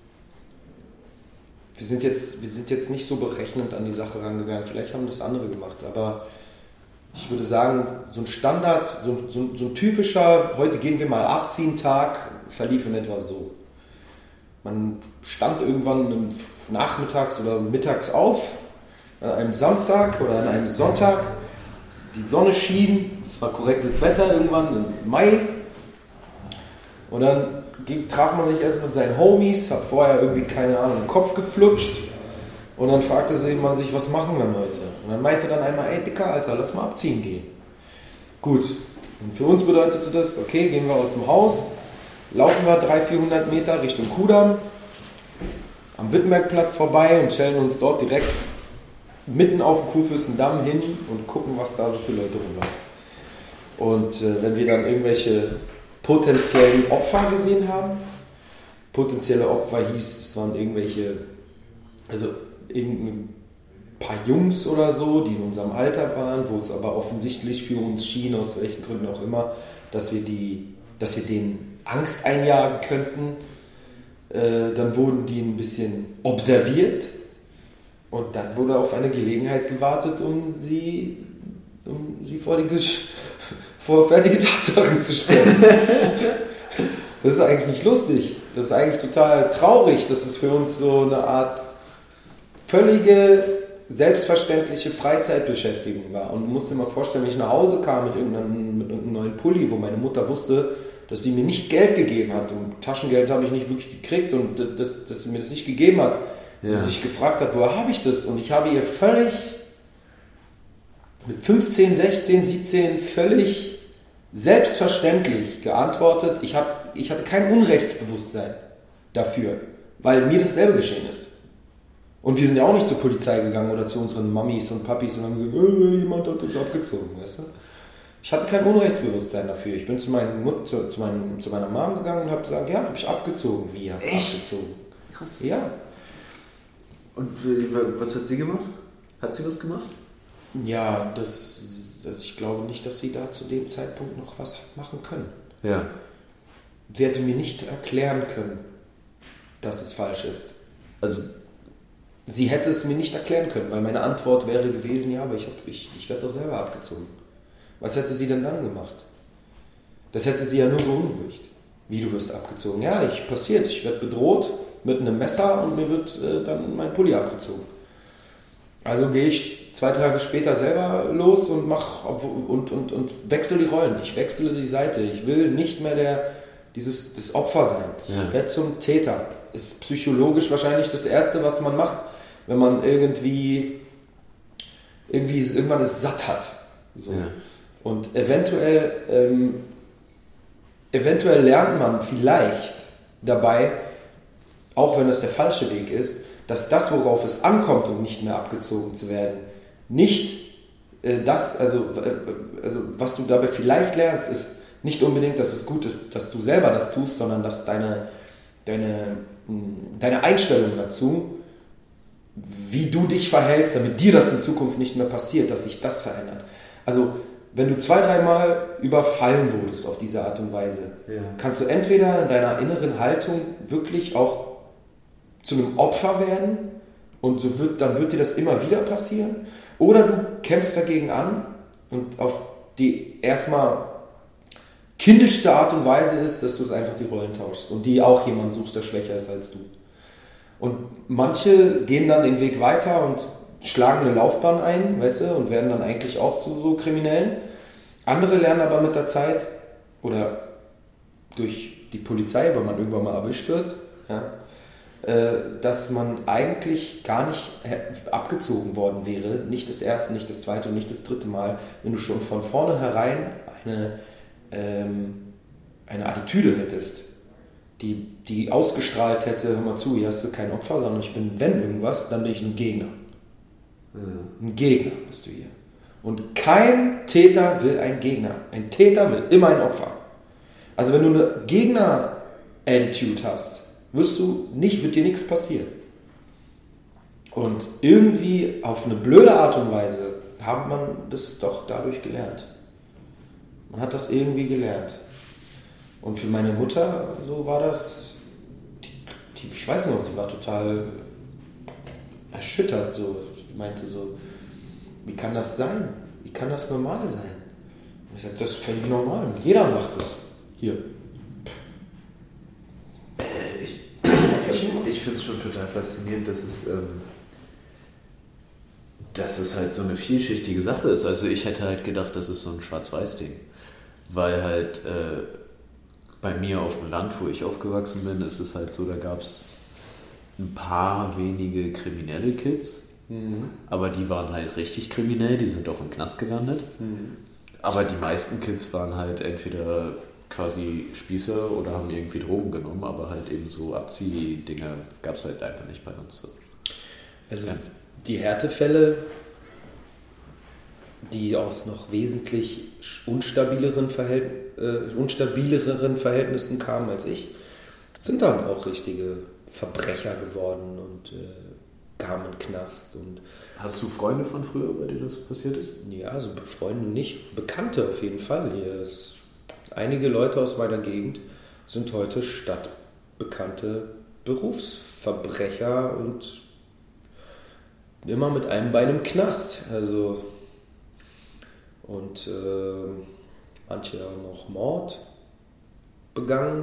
wir sind jetzt, wir sind jetzt nicht so berechnend an die Sache rangegangen. Vielleicht haben das andere gemacht, aber ich würde sagen, so ein Standard, so, so, so ein typischer, heute gehen wir mal abziehen Tag, verlief in etwa so. Man stand irgendwann nachmittags oder mittags auf, an einem Samstag oder an einem Sonntag, die Sonne schien, es war korrektes Wetter irgendwann im Mai und dann ging, traf man sich erst mit seinen Homies, hat vorher irgendwie, keine Ahnung, den Kopf geflutscht und dann fragte man sich, was machen wir heute? Und dann meinte dann einmal, ey Dicker, Alter, lass mal abziehen gehen. Gut, und für uns bedeutete das, okay, gehen wir aus dem Haus, laufen wir dreihundert, vierhundert Meter Richtung Kudamm, am Wittenbergplatz vorbei und stellen uns dort direkt mitten auf dem Kurfürstendamm hin und gucken, was da so für Leute rumlaufen. Und äh, wenn wir dann irgendwelche potenziellen Opfer gesehen haben, potenzielle Opfer hieß, es waren irgendwelche, also irgendein paar Jungs oder so, die in unserem Alter waren, wo es aber offensichtlich für uns schien, aus welchen Gründen auch immer, dass wir, die, dass wir denen Angst einjagen könnten. Äh, dann wurden die ein bisschen observiert. Und dann wurde auf eine Gelegenheit gewartet, um sie, um sie vor, die, vor fertige Tatsachen zu stellen. Das ist eigentlich nicht lustig. Das ist eigentlich total traurig. Das ist für uns so eine Art völlige, selbstverständliche Freizeitbeschäftigung war. Und du musst dir mal vorstellen, wenn ich nach Hause kam mit irgendeinem, mit irgendeinem neuen Pulli, wo meine Mutter wusste, dass sie mir nicht Geld gegeben hat. Und Taschengeld habe ich nicht wirklich gekriegt und dass, dass sie mir das nicht gegeben hat. Ja. Sie sich gefragt hat, woher habe ich das? Und ich habe ihr völlig mit fünfzehn, sechzehn, siebzehn völlig selbstverständlich geantwortet, ich, hab, ich hatte kein Unrechtsbewusstsein dafür, weil mir dasselbe geschehen ist. Und wir sind ja auch nicht zur Polizei gegangen oder zu unseren Mamis und Papis und haben gesagt, äh, jemand hat uns abgezogen, weißt du? Ich hatte kein Unrechtsbewusstsein dafür. Ich bin zu, meinen Mut, zu, zu, meinem, zu meiner Mom gegangen und habe gesagt, ja, habe ich abgezogen. Wie hast du abgezogen? Krass. Ja. Und was hat sie gemacht? Hat sie was gemacht? Ja, das, also ich glaube nicht, dass sie da zu dem Zeitpunkt noch was hat machen können. Ja. Sie hätte mir nicht erklären können, dass es falsch ist. Also sie hätte es mir nicht erklären können, weil meine Antwort wäre gewesen, ja, aber ich, hab, ich, ich werde doch selber abgezogen. Was hätte sie denn dann gemacht? Das hätte sie ja nur beunruhigt. Wie, du wirst abgezogen? Ja, ich passiert, ich werde bedroht mit einem Messer und mir wird äh, dann mein Pulli abgezogen. Also gehe ich zwei Tage später selber los und mach und, und, und wechsle die Rollen. Ich wechsle die Seite. Ich will nicht mehr der, dieses, das Opfer sein. Ich Ja. werde zum Täter. Ist psychologisch wahrscheinlich das Erste, was man macht, wenn man irgendwie, irgendwie es, irgendwann es satt hat. So. Ja. Und eventuell, ähm, eventuell lernt man vielleicht dabei, auch wenn es der falsche Weg ist, dass das, worauf es ankommt, um nicht mehr abgezogen zu werden, nicht äh, das, also, äh, also was du dabei vielleicht lernst, ist nicht unbedingt, dass es gut ist, dass du selber das tust, sondern dass deine, deine, deine Einstellung dazu, wie du dich verhältst, damit dir das in Zukunft nicht mehr passiert, dass sich das verändert. Also wenn du zwei, dreimal überfallen wurdest auf diese Art und Weise, Ja. kannst du entweder in deiner inneren Haltung wirklich auch zu einem Opfer werden und so wird, dann wird dir das immer wieder passieren, oder du kämpfst dagegen an und auf die erstmal kindischste Art und Weise ist, dass du es einfach die Rollen tauschst und die auch jemand suchst, der schwächer ist als du. Und manche gehen dann den Weg weiter und schlagen eine Laufbahn ein, weißt du, und werden dann eigentlich auch zu so Kriminellen. Andere lernen aber mit der Zeit oder durch die Polizei, wenn man irgendwann mal erwischt wird, ja, dass man eigentlich gar nicht abgezogen worden wäre, nicht das erste, nicht das zweite und nicht das dritte Mal, wenn du schon von vornherein eine, ähm, eine Attitüde hättest, die, die ausgestrahlt hätte, hör mal zu, hier hast du kein Opfer, sondern ich bin, wenn irgendwas, dann bin ich ein Gegner. Mhm. Ein Gegner bist du hier. Und kein Täter will einen Gegner. Ein Täter will immer ein Opfer. Also wenn du eine Gegner-Attitude hast, wirst du nicht, wird dir nichts passieren. Und irgendwie auf eine blöde Art und Weise hat man das doch dadurch gelernt. Man hat das irgendwie gelernt. Und für meine Mutter, so war das, die, die, ich weiß noch, sie war total erschüttert, so, die meinte so, wie kann das sein? Wie kann das normal sein? Und ich sagte, das ist völlig normal, jeder macht das. Hier. Ich finde es schon total faszinierend, dass es, ähm, dass es halt so eine vielschichtige Sache ist. Also ich hätte halt gedacht, das ist so ein Schwarz-Weiß-Ding. Weil halt äh, bei mir auf dem Land, wo ich aufgewachsen bin, ist es halt so, da gab es ein paar wenige kriminelle Kids. Mhm. Aber die waren halt richtig kriminell, die sind auch im Knast gelandet. Mhm. Aber die meisten Kids waren halt entweder quasi Spießer oder haben irgendwie Drogen genommen, aber halt eben so Abzieh-Dinge gab es halt einfach nicht bei uns. Also ja. Die Härtefälle, die aus noch wesentlich unstabileren, Verhält- äh, unstabileren Verhältnissen kamen als ich, sind dann auch richtige Verbrecher geworden und äh, kamen in den Knast. Und hast du Freunde von früher, bei denen das passiert ist? Ja, also Freunde nicht, Bekannte auf jeden Fall. Hier ist einige Leute aus meiner Gegend sind heute stadtbekannte Berufsverbrecher und immer mit einem Bein im Knast. Also und äh, manche haben auch Mord begangen.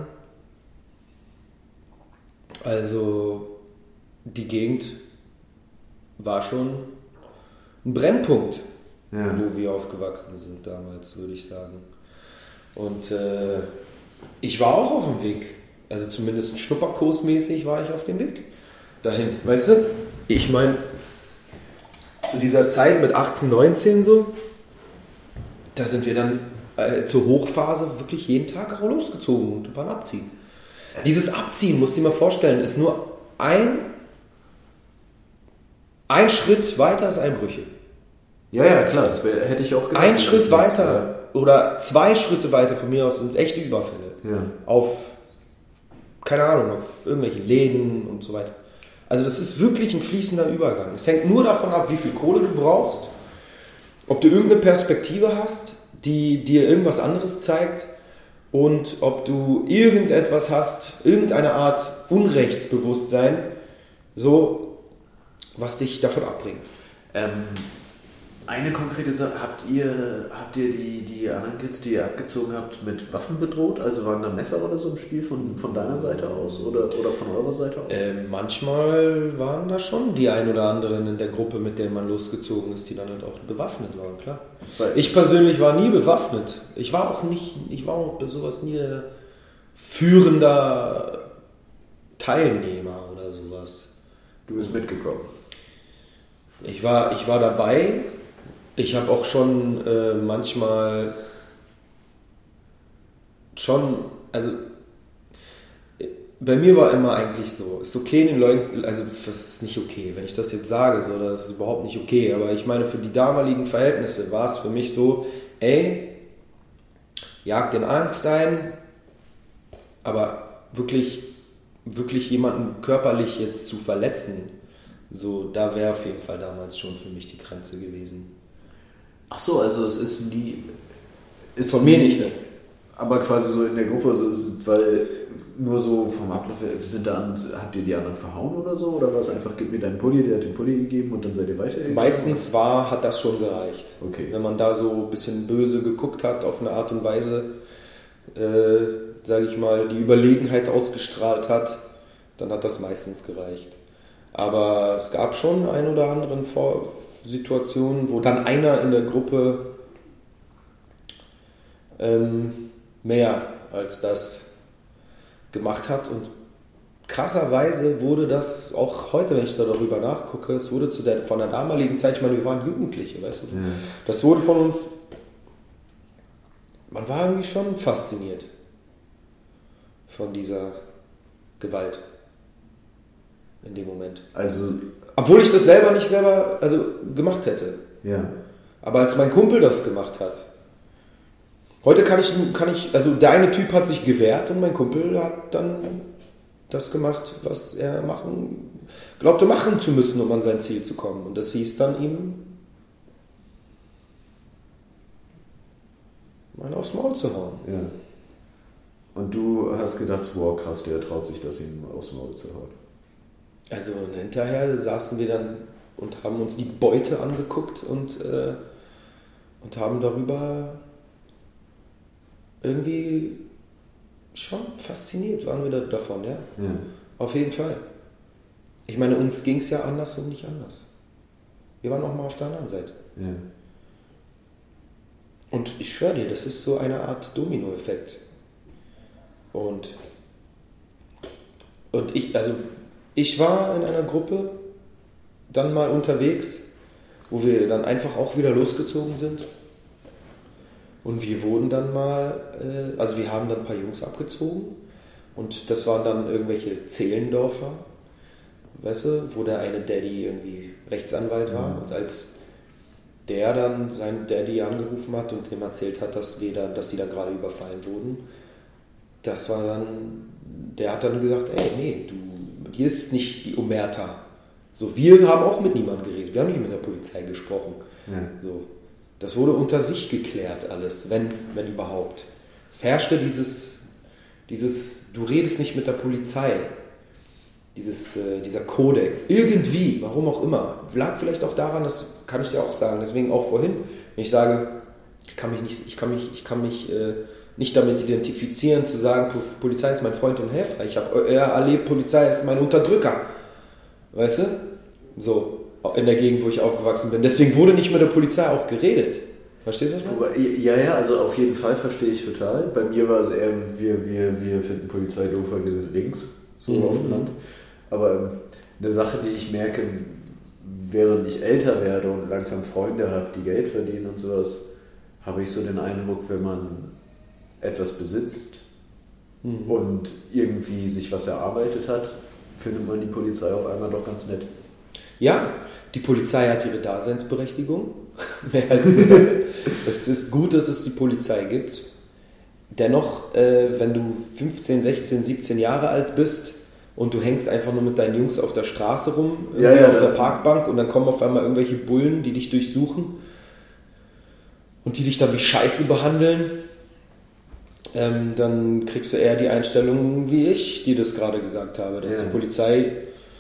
Also die Gegend war schon ein Brennpunkt, ja, wo wir aufgewachsen sind damals, würde ich sagen. Und äh, ich war auch auf dem Weg. Also zumindest schnupperkursmäßig war ich auf dem Weg dahin. Weißt du? Ich meine, zu dieser Zeit mit achtzehn, neunzehn so, da sind wir dann äh, zur Hochphase wirklich jeden Tag auch losgezogen und waren abziehen. Dieses Abziehen, musst du dir mal vorstellen, ist nur ein, ein Schritt weiter als Einbrüche. Ja, ja, klar, das wär, hätte ich auch gedacht. Ein Schritt weiter. Oder zwei Schritte weiter von mir aus sind echte Überfälle. Ja. Auf, keine Ahnung, auf irgendwelche Läden und so weiter. Also das ist wirklich ein fließender Übergang. Es hängt nur davon ab, wie viel Kohle du brauchst ob du irgendeine Perspektive hast, die dir irgendwas anderes zeigt und ob du irgendetwas hast, irgendeine Art Unrechtsbewusstsein, so, was dich davon abbringt. Ähm, eine konkrete Sache, habt ihr, habt ihr die, die anderen Kids, die ihr abgezogen habt, mit Waffen bedroht? Also waren da Messer oder so im Spiel von, von deiner Seite aus oder, oder von eurer Seite aus? Äh, manchmal waren da schon die ein oder anderen in der Gruppe, mit der man losgezogen ist, die dann halt auch bewaffnet waren, klar. Weil ich persönlich war nie bewaffnet. Ich war auch nicht, ich war auch bei sowas nie der führender Teilnehmer oder sowas. Du bist mitgekommen. Ich war, ich war dabei. Ich habe auch schon äh, manchmal schon, also bei mir war immer eigentlich so, ist okay den Leuten, also das ist nicht okay, wenn ich das jetzt sage, so, das ist überhaupt nicht okay, aber ich meine, für die damaligen Verhältnisse war es für mich so, ey, jag den Angst ein, aber wirklich, wirklich jemanden körperlich jetzt zu verletzen, so, da wäre auf jeden Fall damals schon für mich die Grenze gewesen. Ach so, also es ist nie... Ist Von mir nicht, ne? Aber quasi so in der Gruppe, so ist, weil nur so vom Ablauf her, sind da, habt ihr die anderen verhauen oder so? Oder war es einfach, gib mir deinen Pulli, der hat den Pulli gegeben und dann seid ihr weitergegangen? Meistens war, hat das schon gereicht. Okay. Wenn man da so ein bisschen böse geguckt hat, auf eine Art und Weise, äh, sage ich mal, die Überlegenheit ausgestrahlt hat, dann hat das meistens gereicht. Aber es gab schon ein oder anderen Vor- Situationen, wo dann einer in der Gruppe ähm, mehr als das gemacht hat und krasserweise wurde das auch heute, wenn ich da darüber nachgucke, es wurde zu der, von der damaligen Zeit, ich meine, wir waren Jugendliche, weißt du, ja. Das wurde von uns, man war irgendwie schon fasziniert von dieser Gewalt in dem Moment. Also obwohl ich das selber nicht selber also gemacht hätte. Ja. Aber als mein Kumpel das gemacht hat. Heute kann ich, kann ich, also der eine Typ hat sich gewehrt und mein Kumpel hat dann das gemacht, was er machen, glaubte machen zu müssen, um an sein Ziel zu kommen. Und das hieß dann ihm, mal aufs Maul zu hauen. Ja. Und du hast gedacht, wow, krass, der traut sich das, ihm aufs Maul zu hauen. Also hinterher saßen wir dann und haben uns die Beute angeguckt und, äh, und haben darüber irgendwie schon fasziniert, waren wir da davon, ja? Ja. Auf jeden Fall. Ich meine, uns ging es ja anders und nicht anders. Wir waren auch mal auf der anderen Seite. Ja. Und ich schwöre dir, das ist so eine Art Dominoeffekt. Und, und ich, also ich war in einer Gruppe dann mal unterwegs, wo wir dann einfach auch wieder losgezogen sind. Und wir wurden dann mal, äh, also wir haben dann ein paar Jungs abgezogen und das waren dann irgendwelche Zehlendorfer, weißt du, wo der eine Daddy irgendwie Rechtsanwalt war. Mhm. Und als der dann seinen Daddy angerufen hat und ihm erzählt hat, dass wir dann, dass die dann gerade überfallen wurden, das war dann, der hat dann gesagt, ey, nee, du, hier ist nicht die Omerta. So, wir haben auch mit niemandem geredet, wir haben nicht mit der Polizei gesprochen. Ja. So, das wurde unter sich geklärt alles, wenn, wenn überhaupt. Es herrschte dieses, dieses, du redest nicht mit der Polizei, dieses, äh, dieser Kodex, irgendwie, warum auch immer, lag vielleicht auch daran, das kann ich dir auch sagen, deswegen auch vorhin, wenn ich sage, ich kann mich nicht, ich kann mich, ich kann mich äh, nicht damit identifizieren, zu sagen, Polizei ist mein Freund und Helfer, ich habe eher erlebt, Polizei ist mein Unterdrücker, weißt du, so, in der Gegend, wo ich aufgewachsen bin, deswegen wurde nicht mit der Polizei auch geredet. Verstehst du, was ich meine? Ja, ja, also auf jeden Fall verstehe ich total. Bei mir war es eher, wir, wir, wir finden Polizei doof, weil wir sind links, so mhm. auf dem Land. Aber ähm, eine Sache, die ich merke, während ich älter werde und langsam Freunde habe, die Geld verdienen und sowas, habe ich so den Eindruck, wenn man etwas besitzt mhm. und irgendwie sich was erarbeitet hat, findet man die Polizei auf einmal doch ganz nett. Ja, die Polizei hat ihre Daseinsberechtigung. Mehr als das. Es ist gut, dass es die Polizei gibt. Dennoch, äh, wenn du fünfzehn, sechzehn, siebzehn Jahre alt bist und du hängst einfach nur mit deinen Jungs auf der Straße rum, ja, ja, auf ja. der Parkbank und dann kommen auf einmal irgendwelche Bullen, die dich durchsuchen und die dich dann wie Scheiße behandeln, ähm, dann kriegst du eher die Einstellung wie ich, die das gerade gesagt habe, dass ja. die Polizei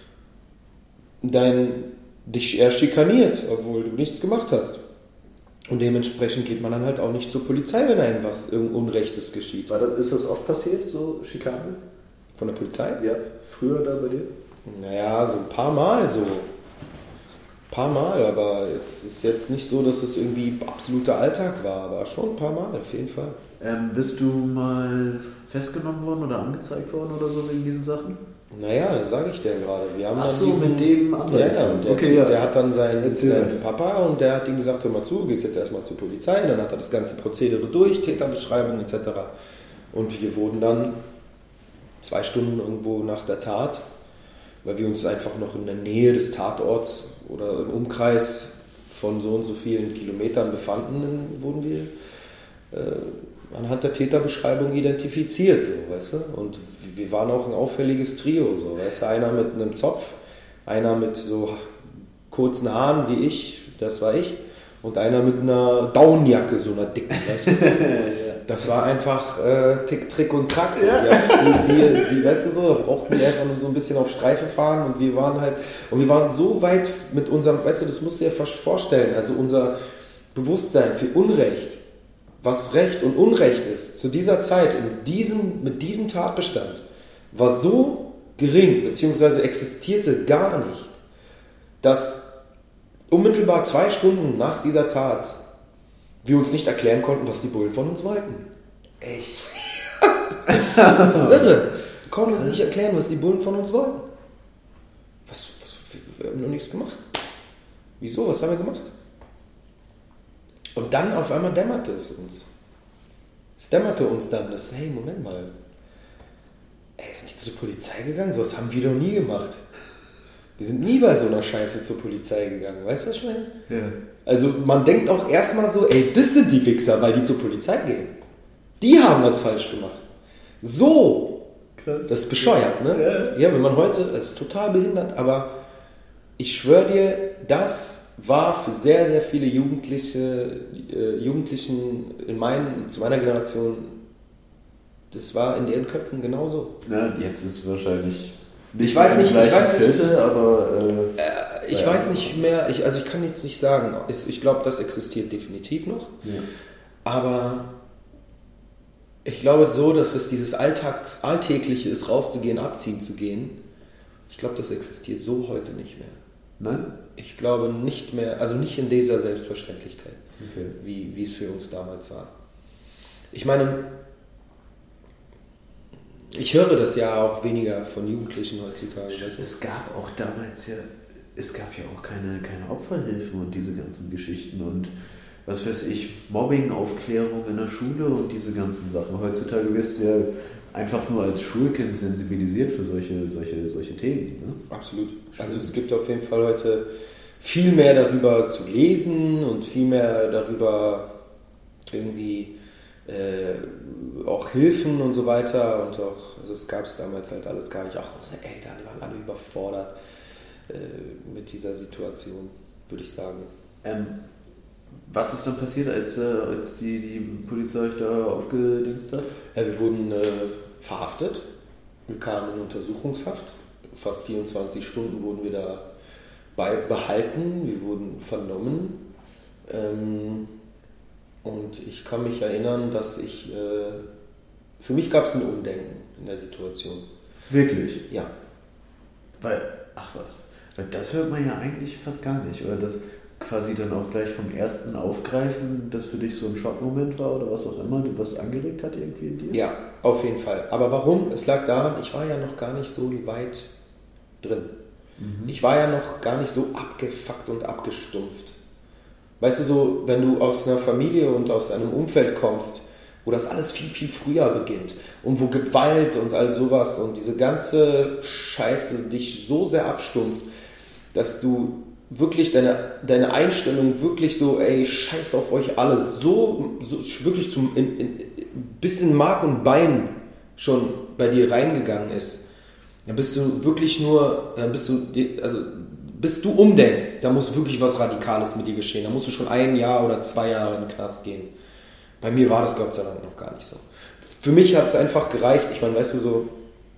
dein, dich eher schikaniert, obwohl du nichts gemacht hast. Und dementsprechend geht man dann halt auch nicht zur Polizei, wenn einem was irgend Unrechtes geschieht. War das, ist das oft passiert, so Schikanen? Von der Polizei? Ja, früher da bei dir? Naja, so ein paar Mal so. Ein paar Mal, aber es ist jetzt nicht so, dass es irgendwie absoluter Alltag war, aber schon ein paar Mal, auf jeden Fall. Ähm, bist du mal festgenommen worden oder angezeigt worden oder so wegen diesen Sachen? Naja, das sage ich dir gerade. Wir haben Ach dann so, diesen, mit dem anderen. Ja, ja, der, okay, typ, ja. der hat dann seinen, seinen Papa und der hat ihm gesagt, hör mal zu, gehst jetzt erstmal zur Polizei. Und dann hat er das ganze Prozedere durch, Täterbeschreibung et cetera. Und wir wurden dann zwei Stunden irgendwo nach der Tat, weil wir uns einfach noch in der Nähe des Tatorts oder im Umkreis von so und so vielen Kilometern befanden, wurden wir äh, anhand der Täterbeschreibung identifiziert, so, weißt du? Und wir waren auch ein auffälliges Trio, so, weißt du? Einer mit einem Zopf, einer mit so kurzen Haaren wie ich, das war ich, und einer mit einer Daunenjacke, so einer dicken, weißt du? Das war einfach äh, Tick, Trick und Track. So. Ja. Die, die, die, weißt du so, da brauchten wir einfach nur so ein bisschen auf Streife fahren und wir waren halt, und wir waren so weit mit unserem, weißt du, das musst du dir fast vorstellen, also unser Bewusstsein für Unrecht, was Recht und Unrecht ist, zu dieser Zeit, in diesem, mit diesem Tatbestand, war so gering, beziehungsweise existierte gar nicht, dass unmittelbar zwei Stunden nach dieser Tat wir uns nicht erklären konnten, was die Bullen von uns wollten. Echt? Das ist irre. Wir konnten uns nicht erklären, was die Bullen von uns wollten. Was, was, wir haben noch nichts gemacht. Wieso? Was haben wir gemacht? Und dann auf einmal dämmerte es uns. Es dämmerte uns dann, dass, hey, Moment mal, ey, ist nicht zur Polizei gegangen? So was haben wir doch nie gemacht. Wir sind nie bei so einer Scheiße zur Polizei gegangen. Weißt du, was ich meine? Ja. Also man denkt auch erstmal so, ey, das sind die Wichser, weil die zur Polizei gehen. Die haben was falsch gemacht. So. Krass. Das ist bescheuert, ne? Ja. Ja, wenn man heute, das ist total behindert, aber ich schwöre dir, das war für sehr, sehr viele Jugendliche, äh, Jugendlichen in meinen, zu meiner Generation, das war in ihren Köpfen genauso. Ja, jetzt ist wahrscheinlich nicht ich weiß nicht, ich weiß nicht, Viertel, aber äh, äh, ich ja. weiß nicht mehr, ich, also ich kann jetzt nicht sagen, ich glaube, das existiert definitiv noch, ja. aber ich glaube so, dass es dieses Alltags, Alltägliche ist, rauszugehen, abziehen zu gehen, ich glaube, das existiert so heute nicht mehr. Nein? Ich glaube nicht mehr, also nicht in dieser Selbstverständlichkeit, okay. wie, wie es für uns damals war. Ich meine, ich höre das ja auch weniger von Jugendlichen heutzutage. Es, es gab auch damals ja, es gab ja auch keine, keine Opferhilfen und diese ganzen Geschichten und was weiß ich, Mobbing-Aufklärung in der Schule und diese ganzen Sachen. Heutzutage wirst du ja einfach nur als Schulkind sensibilisiert für solche, solche, solche Themen. Ne? Absolut. Also es gibt auf jeden Fall heute viel mehr darüber zu lesen und viel mehr darüber irgendwie äh, auch Hilfen und so weiter und auch, also es gab es damals halt alles gar nicht. Auch unsere Eltern, die waren alle überfordert äh, mit dieser Situation, würde ich sagen. Ähm, was ist dann passiert, als, äh, als die, die Polizei euch da aufgedingst hat? Ja, wir wurden äh, verhaftet, wir kamen in Untersuchungshaft, fast vierundzwanzig Stunden wurden wir da bei behalten, wir wurden vernommen ähm, und ich kann mich erinnern, dass ich, äh, für mich gab es ein Umdenken in der Situation. Wirklich? Ja. Weil, ach was, weil das hört man ja eigentlich fast gar nicht, oder das quasi dann auch gleich vom ersten Aufgreifen, das für dich so ein Schockmoment war oder was auch immer, was angeregt hat irgendwie in dir? Ja, auf jeden Fall. Aber warum? Es lag daran, ich war ja noch gar nicht so weit drin. Mhm. Ich war ja noch gar nicht so abgefuckt und abgestumpft. Weißt du, so, wenn du aus einer Familie und aus einem Umfeld kommst, wo das alles viel, viel früher beginnt und wo Gewalt und all sowas und diese ganze Scheiße dich so sehr abstumpft, dass du wirklich deine, deine Einstellung wirklich so, ey, scheiß auf euch alle, so, so wirklich zum in, in, bis in Mark und Bein schon bei dir reingegangen ist, dann bist du wirklich nur, dann bist du, also bis du umdenkst, da muss wirklich was Radikales mit dir geschehen. Da musst du schon ein Jahr oder zwei Jahre in den Knast gehen. Bei mir war das Gott sei Dank noch gar nicht so. Für mich hat es einfach gereicht. Ich meine, weißt du, so,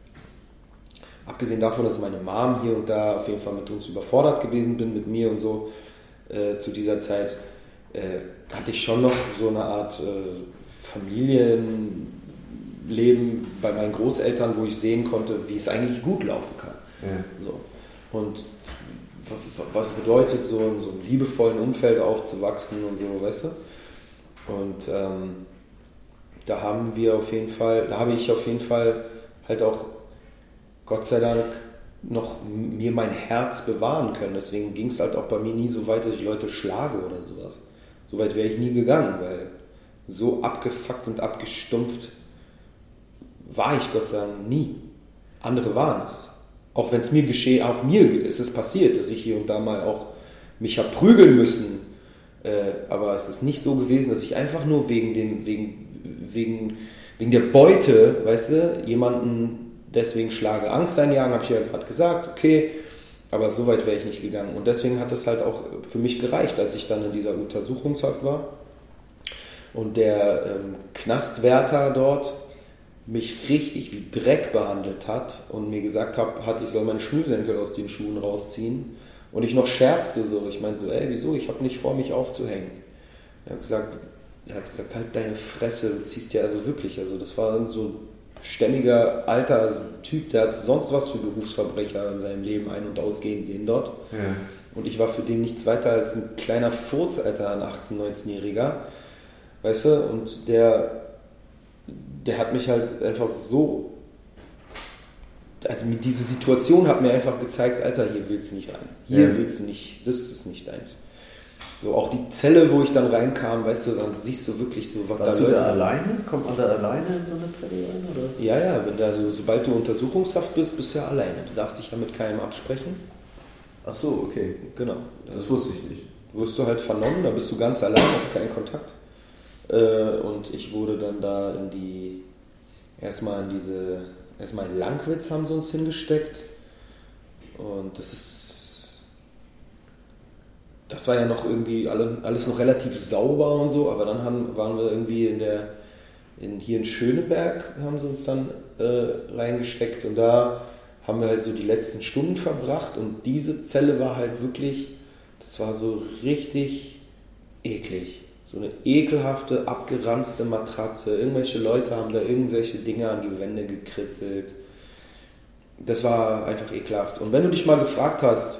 abgesehen davon, dass meine Mom hier und da auf jeden Fall mit uns überfordert gewesen bin, mit mir und so, äh, zu dieser Zeit, äh, hatte ich schon noch so eine Art äh, Familienleben bei meinen Großeltern, wo ich sehen konnte, wie es eigentlich gut laufen kann. Ja. So. Und was bedeutet, so in so einem liebevollen Umfeld aufzuwachsen und so, weißt du? Und ähm, da haben wir auf jeden Fall, da habe ich auf jeden Fall halt auch, Gott sei Dank, noch mir mein Herz bewahren können. Deswegen ging es halt auch bei mir nie so weit, dass ich Leute schlage oder sowas. So weit wäre ich nie gegangen, weil so abgefuckt und abgestumpft war ich Gott sei Dank nie. Andere waren es. Auch wenn es mir geschehe, auch mir ist es passiert, dass ich hier und da mal auch mich habe prügeln müssen. Äh, aber es ist nicht so gewesen, dass ich einfach nur wegen dem, wegen, wegen, wegen der Beute, weißt du, jemanden deswegen schlage, Angst einjagen, habe ich ja gerade gesagt, okay, aber so weit wäre ich nicht gegangen. Und deswegen hat es halt auch für mich gereicht, als ich dann in dieser Untersuchungshaft war und der ähm, Knastwärter dort mich richtig wie Dreck behandelt hat und mir gesagt hat, hat, ich soll meine Schnürsenkel aus den Schuhen rausziehen. Und ich noch scherzte so. Ich meinte so, ey, wieso? Ich habe nicht vor, mich aufzuhängen. Er hat gesagt, er hat gesagt, halt deine Fresse, du ziehst ja also wirklich. Also das war so ein stämmiger, alter Typ, der hat sonst was für Berufsverbrecher in seinem Leben ein- und ausgehen sehen dort. Ja. Und ich war für den nichts weiter als ein kleiner Furz, Alter, ein achtzehn-, neunzehnjähriger. Weißt du? Und der, der hat mich halt einfach so... Also mit dieser Situation hat mir einfach gezeigt, Alter, hier willst du nicht rein. Hier ja. willst du nicht, das ist nicht deins. So auch die Zelle, wo ich dann reinkam, weißt du, dann siehst du wirklich so, was Warst da du Leute... da alleine? Kommt man da alleine in so eine Zelle rein? Oder? Ja, ja, wenn da so, sobald du untersuchungshaft bist, bist du ja alleine. Du darfst dich ja mit keinem absprechen. Ach so, okay. Genau. Das also, wusste ich nicht. Wirst du halt vernommen, da bist du ganz allein, hast keinen Kontakt. Und ich wurde dann da in die, erstmal in diese... Erstmal in Langwitz haben sie uns hingesteckt und das ist, das war ja noch irgendwie alle, alles noch relativ sauber und so, aber dann haben, waren wir irgendwie in der, in, hier in Schöneberg haben sie uns dann äh, reingesteckt und da haben wir halt so die letzten Stunden verbracht und diese Zelle war halt wirklich, das war so richtig eklig. So eine ekelhafte, abgeranzte Matratze. Irgendwelche Leute haben da irgendwelche Dinge an die Wände gekritzelt. Das war einfach ekelhaft. Und wenn du dich mal gefragt hast,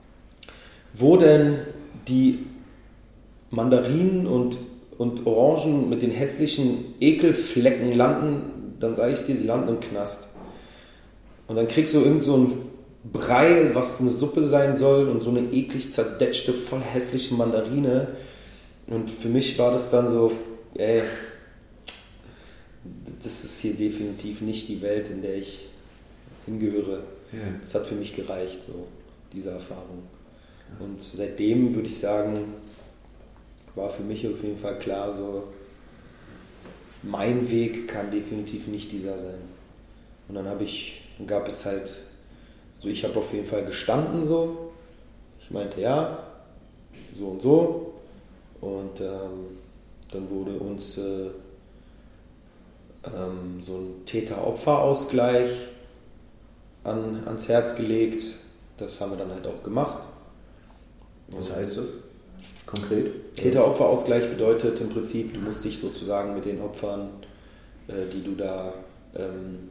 wo denn die Mandarinen und, und Orangen mit den hässlichen Ekelflecken landen, dann sage ich dir, sie landen im Knast. Und dann kriegst du irgend so ein Brei, was eine Suppe sein soll und so eine eklig zerdetschte, voll hässliche Mandarine. Und für mich war das dann so, ey, das ist hier definitiv nicht die Welt, in der ich hingehöre. Ja. Das hat für mich gereicht, so, diese Erfahrung. Krass. Und seitdem würde ich sagen, war für mich auf jeden Fall klar, so, mein Weg kann definitiv nicht dieser sein. Und dann habe ich, dann gab es halt, also ich habe auf jeden Fall gestanden so, ich meinte ja, so und so. Und ähm, dann wurde uns äh, ähm, so ein Täter-Opfer-Ausgleich an, ans Herz gelegt. Das haben wir dann halt auch gemacht. Was heißt das konkret? Täter-Opfer-Ausgleich bedeutet im Prinzip, du musst dich sozusagen mit den Opfern, äh, die du da ähm,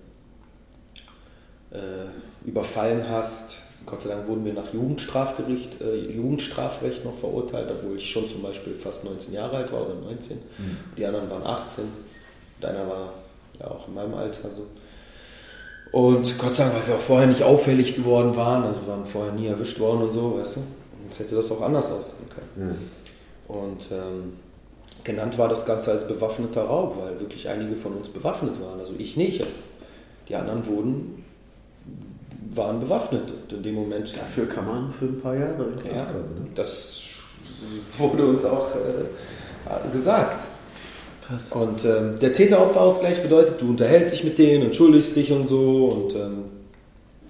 äh, überfallen hast, Gott sei Dank wurden wir nach Jugendstrafgericht, äh, Jugendstrafrecht noch verurteilt, obwohl ich schon zum Beispiel fast neunzehn Jahre alt war oder neunzehn. Mhm. Die anderen waren achtzehn. Und einer war ja auch in meinem Alter so. Und Gott sei Dank, weil wir auch vorher nicht auffällig geworden waren, also wir waren vorher nie erwischt worden und so, weißt du. Sonst hätte das auch anders aussehen können. Mhm. Und ähm, genannt war das Ganze als bewaffneter Raub, weil wirklich einige von uns bewaffnet waren. Also ich nicht. Die anderen wurden... waren bewaffnet in dem Moment. Dafür kann man für ein paar Jahre in ja, kommen. Ne? Das wurde uns auch äh, gesagt. Krass. Und ähm, der Täter-Opfer-Ausgleich bedeutet, du unterhältst dich mit denen, entschuldigst dich und so. Und ähm,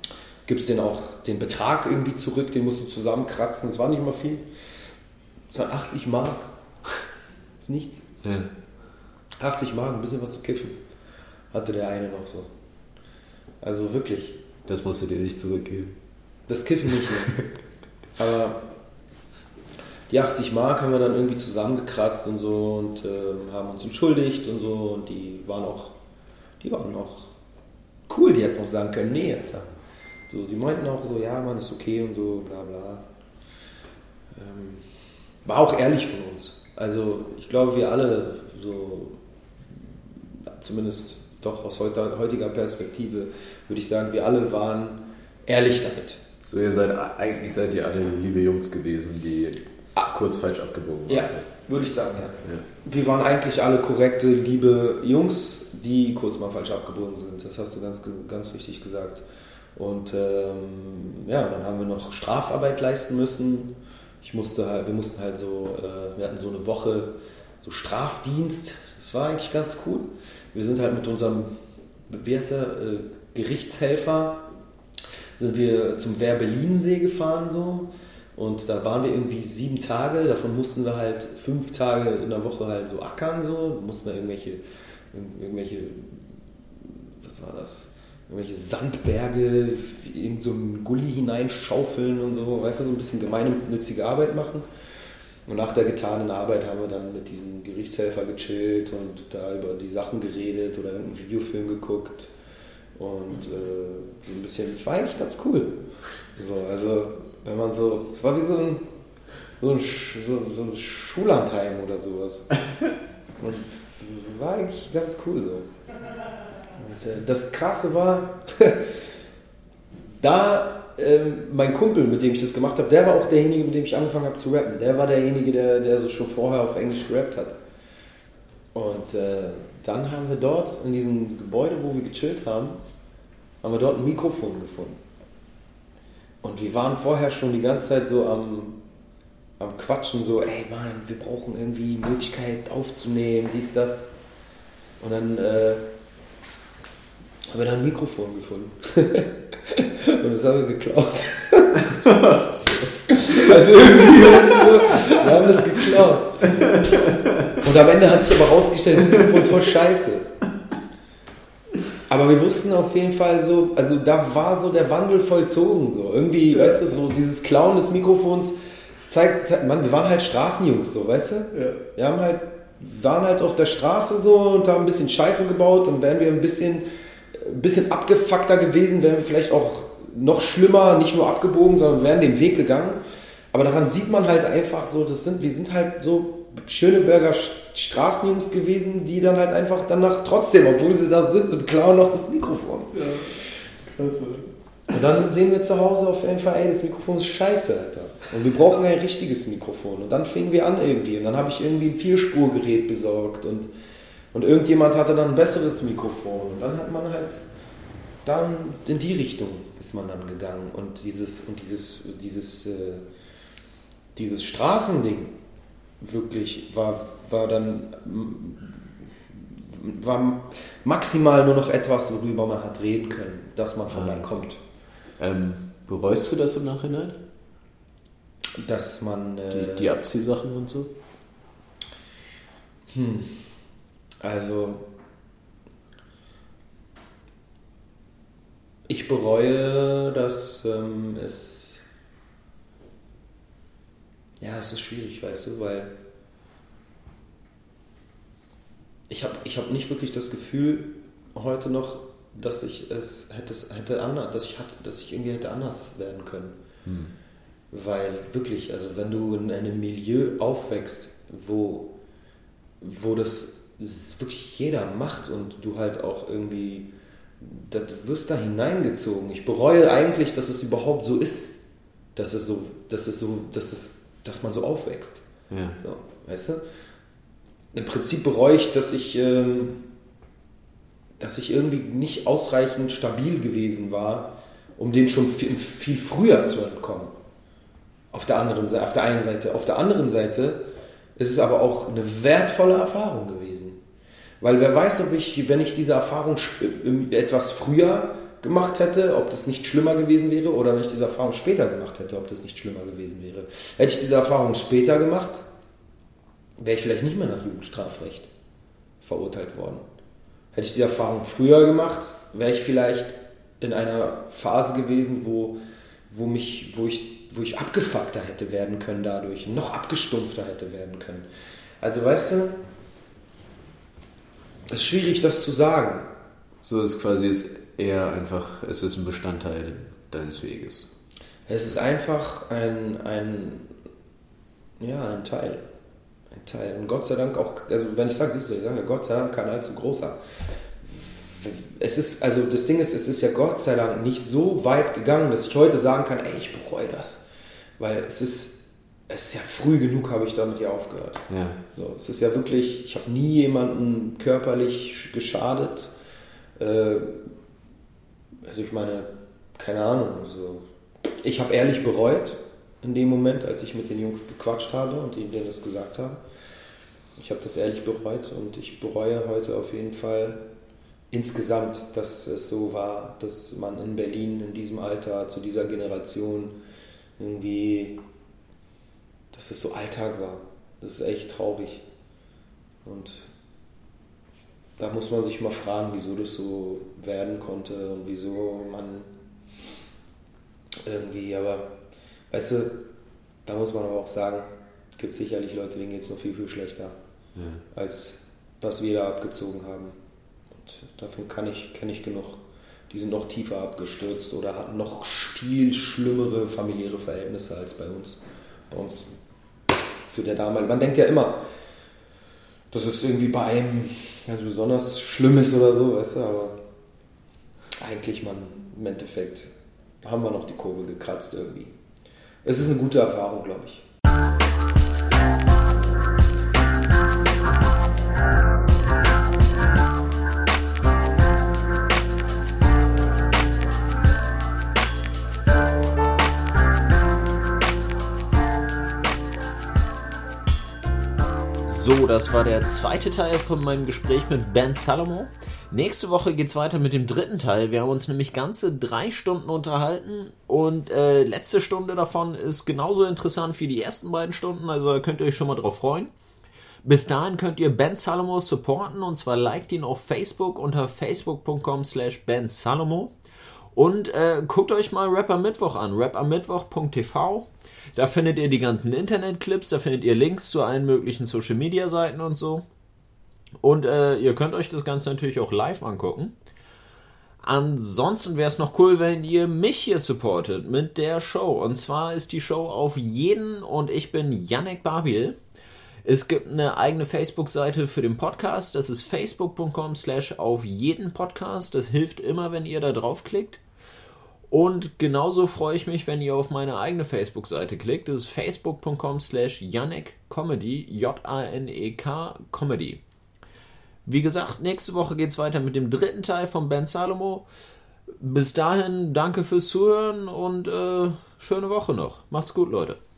gibst denen auch den Betrag irgendwie zurück, den musst du zusammenkratzen, das war nicht mal viel. Das waren achtzig Mark. Das ist nichts. Ja. achtzig Mark, ein bisschen was zu kiffen, hatte der eine noch so. Also wirklich. Das musst du dir nicht zurückgeben. Das Kiffen nicht mehr. Aber die achtzig Mark haben wir dann irgendwie zusammengekratzt und so und ähm, haben uns entschuldigt und so und die waren auch, die waren auch cool, die hätten auch sagen können, nee, Alter. So, die meinten auch so, ja, Mann, ist okay und so, bla bla. Ähm, war auch ehrlich von uns. Also ich glaube, wir alle so, zumindest doch aus heutiger Perspektive, würde ich sagen, wir alle waren ehrlich damit. So, ihr seid, eigentlich seid ihr alle liebe Jungs gewesen, die ah, kurz falsch abgebogen waren. Ja, würde ich sagen, ja. ja. Wir waren eigentlich alle korrekte, liebe Jungs, die kurz mal falsch abgebogen sind. Das hast du ganz, ganz richtig gesagt. Und ähm, ja, dann haben wir noch Strafarbeit leisten müssen. Ich musste halt, wir mussten halt so, äh, wir hatten so eine Woche so Strafdienst. Das war eigentlich ganz cool. Wir sind halt mit unserem, wie heißt er, äh, Gerichtshelfer, sind wir zum Werbelinsee gefahren so. Und da waren wir irgendwie sieben Tage, davon mussten wir halt fünf Tage in der Woche halt so ackern so. Wir mussten da irgendwelche, irgendwelche, was war das? Irgendwelche Sandberge, irgend so einen Gully hineinschaufeln und so, weißt du, so ein bisschen gemeinnützige Arbeit machen. Und nach der getanen Arbeit haben wir dann mit diesem Gerichtshelfer gechillt und da über die Sachen geredet oder irgendeinen Videofilm geguckt. Und äh, so ein bisschen, das war eigentlich ganz cool. So, also, wenn man so, es war wie so ein, so ein, so, so ein Schullandheim oder sowas. Und es war eigentlich ganz cool so. Und äh, das Krasse war, da ähm, mein Kumpel, mit dem ich das gemacht habe, der war auch derjenige, mit dem ich angefangen habe zu rappen. Der war derjenige, der, der so schon vorher auf Englisch gerappt hat. Und äh, dann haben wir dort in diesem Gebäude, wo wir gechillt haben, haben wir dort ein Mikrofon gefunden. Und wir waren vorher schon die ganze Zeit so am, am Quatschen, so, ey Mann, wir brauchen irgendwie Möglichkeit aufzunehmen, dies, das. Und dann äh, haben wir da ein Mikrofon gefunden. Und das haben wir geklaut. Also irgendwie, wir haben das geklaut. Und am Ende hat sich aber rausgestellt, das Mikrofon ist voll scheiße. Aber wir wussten auf jeden Fall so, also da war so der Wandel vollzogen. So. Irgendwie, ja. Weißt du, so dieses Klauen des Mikrofons zeigt, zeigt man, wir waren halt Straßenjungs, so, weißt du? Ja. Wir haben halt, waren halt auf der Straße so und haben ein bisschen Scheiße gebaut und wären wir ein bisschen, ein bisschen abgefuckter gewesen, wären wir vielleicht auch noch schlimmer, nicht nur abgebogen, sondern wären den Weg gegangen. Aber daran sieht man halt einfach so, das sind, wir sind halt so Schöneberger Straßenjungs gewesen, die dann halt einfach danach trotzdem, obwohl sie da sind, und klauen noch das Mikrofon. Ja, klasse. Und dann sehen wir zu Hause auf jeden Fall, ey, das Mikrofon ist scheiße, Alter. Und wir brauchen ein richtiges Mikrofon. Und dann fingen wir an irgendwie. Und dann habe ich irgendwie ein Vierspurgerät besorgt. Und, und irgendjemand hatte dann ein besseres Mikrofon. Und dann hat man halt, dann in die Richtung ist man dann gegangen. Und dieses, und dieses, dieses, äh, dieses Straßending, wirklich war, war dann war maximal nur noch etwas, worüber man hat reden können, dass man von ah, da kommt. Ähm, bereust du das im Nachhinein? Dass man... Äh, die, die Abziehsachen und so? Hm, also ich bereue, dass ähm, es ja, es ist schwierig, weißt du, weil ich habe ich hab nicht wirklich das Gefühl heute noch, dass ich es hätte, hätte anders, dass ich, dass ich irgendwie hätte anders werden können. Hm. Weil wirklich, also wenn du in einem Milieu aufwächst, wo, wo das wirklich jeder macht und du halt auch irgendwie, das wirst da hineingezogen. Ich bereue eigentlich, dass es überhaupt so ist, dass es so, dass es so, dass es dass man so aufwächst. Ja. So, weißt du? Im Prinzip bereue ich, dass ich, ähm, dass ich irgendwie nicht ausreichend stabil gewesen war, um dem schon viel, viel früher zu entkommen. Auf der anderen Seite, auf der einen Seite. Auf der anderen Seite ist es aber auch eine wertvolle Erfahrung gewesen. Weil wer weiß, ob ich, wenn ich diese Erfahrung etwas früher gemacht hätte, ob das nicht schlimmer gewesen wäre, oder wenn ich diese Erfahrung später gemacht hätte, ob das nicht schlimmer gewesen wäre. Hätte ich diese Erfahrung später gemacht, wäre ich vielleicht nicht mehr nach Jugendstrafrecht verurteilt worden. Hätte ich diese Erfahrung früher gemacht, wäre ich vielleicht in einer Phase gewesen, wo, wo, mich, wo, ich, wo ich abgefuckter hätte werden können dadurch, noch abgestumpfter hätte werden können. Also weißt du, es ist schwierig, das zu sagen. So ist quasi es eher einfach, es ist ein Bestandteil deines Weges. Es ist einfach ein, ein, ja, ein Teil. Ein Teil. Und Gott sei Dank auch, also wenn ich sage, siehst du, ich sage, Gott sei Dank kein allzu großer. Es ist, also das Ding ist, es ist ja Gott sei Dank nicht so weit gegangen, dass ich heute sagen kann, ey, ich bereue das. Weil es ist, es ist ja früh genug, habe ich damit ja aufgehört. Ja. So, es ist ja wirklich, ich habe nie jemanden körperlich geschadet. Äh, also ich meine, keine Ahnung, also ich habe ehrlich bereut in dem Moment, als ich mit den Jungs gequatscht habe und denen das gesagt habe. Ich habe das ehrlich bereut und ich bereue heute auf jeden Fall insgesamt, dass es so war, dass man in Berlin in diesem Alter, zu dieser Generation irgendwie, dass es so Alltag war. Das ist echt traurig. Und da muss man sich mal fragen, wieso das so werden konnte und wieso man irgendwie, aber weißt du, da muss man aber auch sagen, es gibt sicherlich Leute, denen geht es noch viel, viel schlechter, ja, als was wir da abgezogen haben. Und davon kann ich, kenne ich genug. Die sind noch tiefer abgestürzt oder hatten noch viel schlimmere familiäre Verhältnisse als bei uns. Bei uns zu der damaligen. Man denkt ja immer, dass es irgendwie bei einem ganz besonders schlimm ist oder so, weißt du, aber eigentlich, man, im Endeffekt haben wir noch die Kurve gekratzt irgendwie. Es ist eine gute Erfahrung, glaube ich. So, das war der zweite Teil von meinem Gespräch mit Ben Salomo. Nächste Woche geht's weiter mit dem dritten Teil. Wir haben uns nämlich ganze drei Stunden unterhalten und äh, letzte Stunde davon ist genauso interessant wie die ersten beiden Stunden, also da könnt ihr euch schon mal drauf freuen. Bis dahin könnt ihr Ben Salomo supporten und zwar liked ihn auf Facebook unter facebook punkt com slash Ben Salomo und äh, guckt euch mal Rap am Mittwoch an, rap am mittwoch punkt t v. Da findet ihr die ganzen Internetclips, da findet ihr Links zu allen möglichen Social-Media-Seiten und so. Und äh, ihr könnt euch das Ganze natürlich auch live angucken. Ansonsten wäre es noch cool, wenn ihr mich hier supportet mit der Show. Und zwar ist die Show auf jeden und ich bin Yannick Barbiel. Es gibt eine eigene Facebook-Seite für den Podcast. Das ist facebook punkt com slash auf jeden Podcast. Das hilft immer, wenn ihr da draufklickt. Und genauso freue ich mich, wenn ihr auf meine eigene Facebook-Seite klickt. Das ist facebook punkt com slash Yannick Comedy, J A N E K Comedy. Wie gesagt, nächste Woche geht es weiter mit dem dritten Teil von Ben Salomo. Bis dahin, danke fürs Zuhören und äh, schöne Woche noch. Macht's gut, Leute.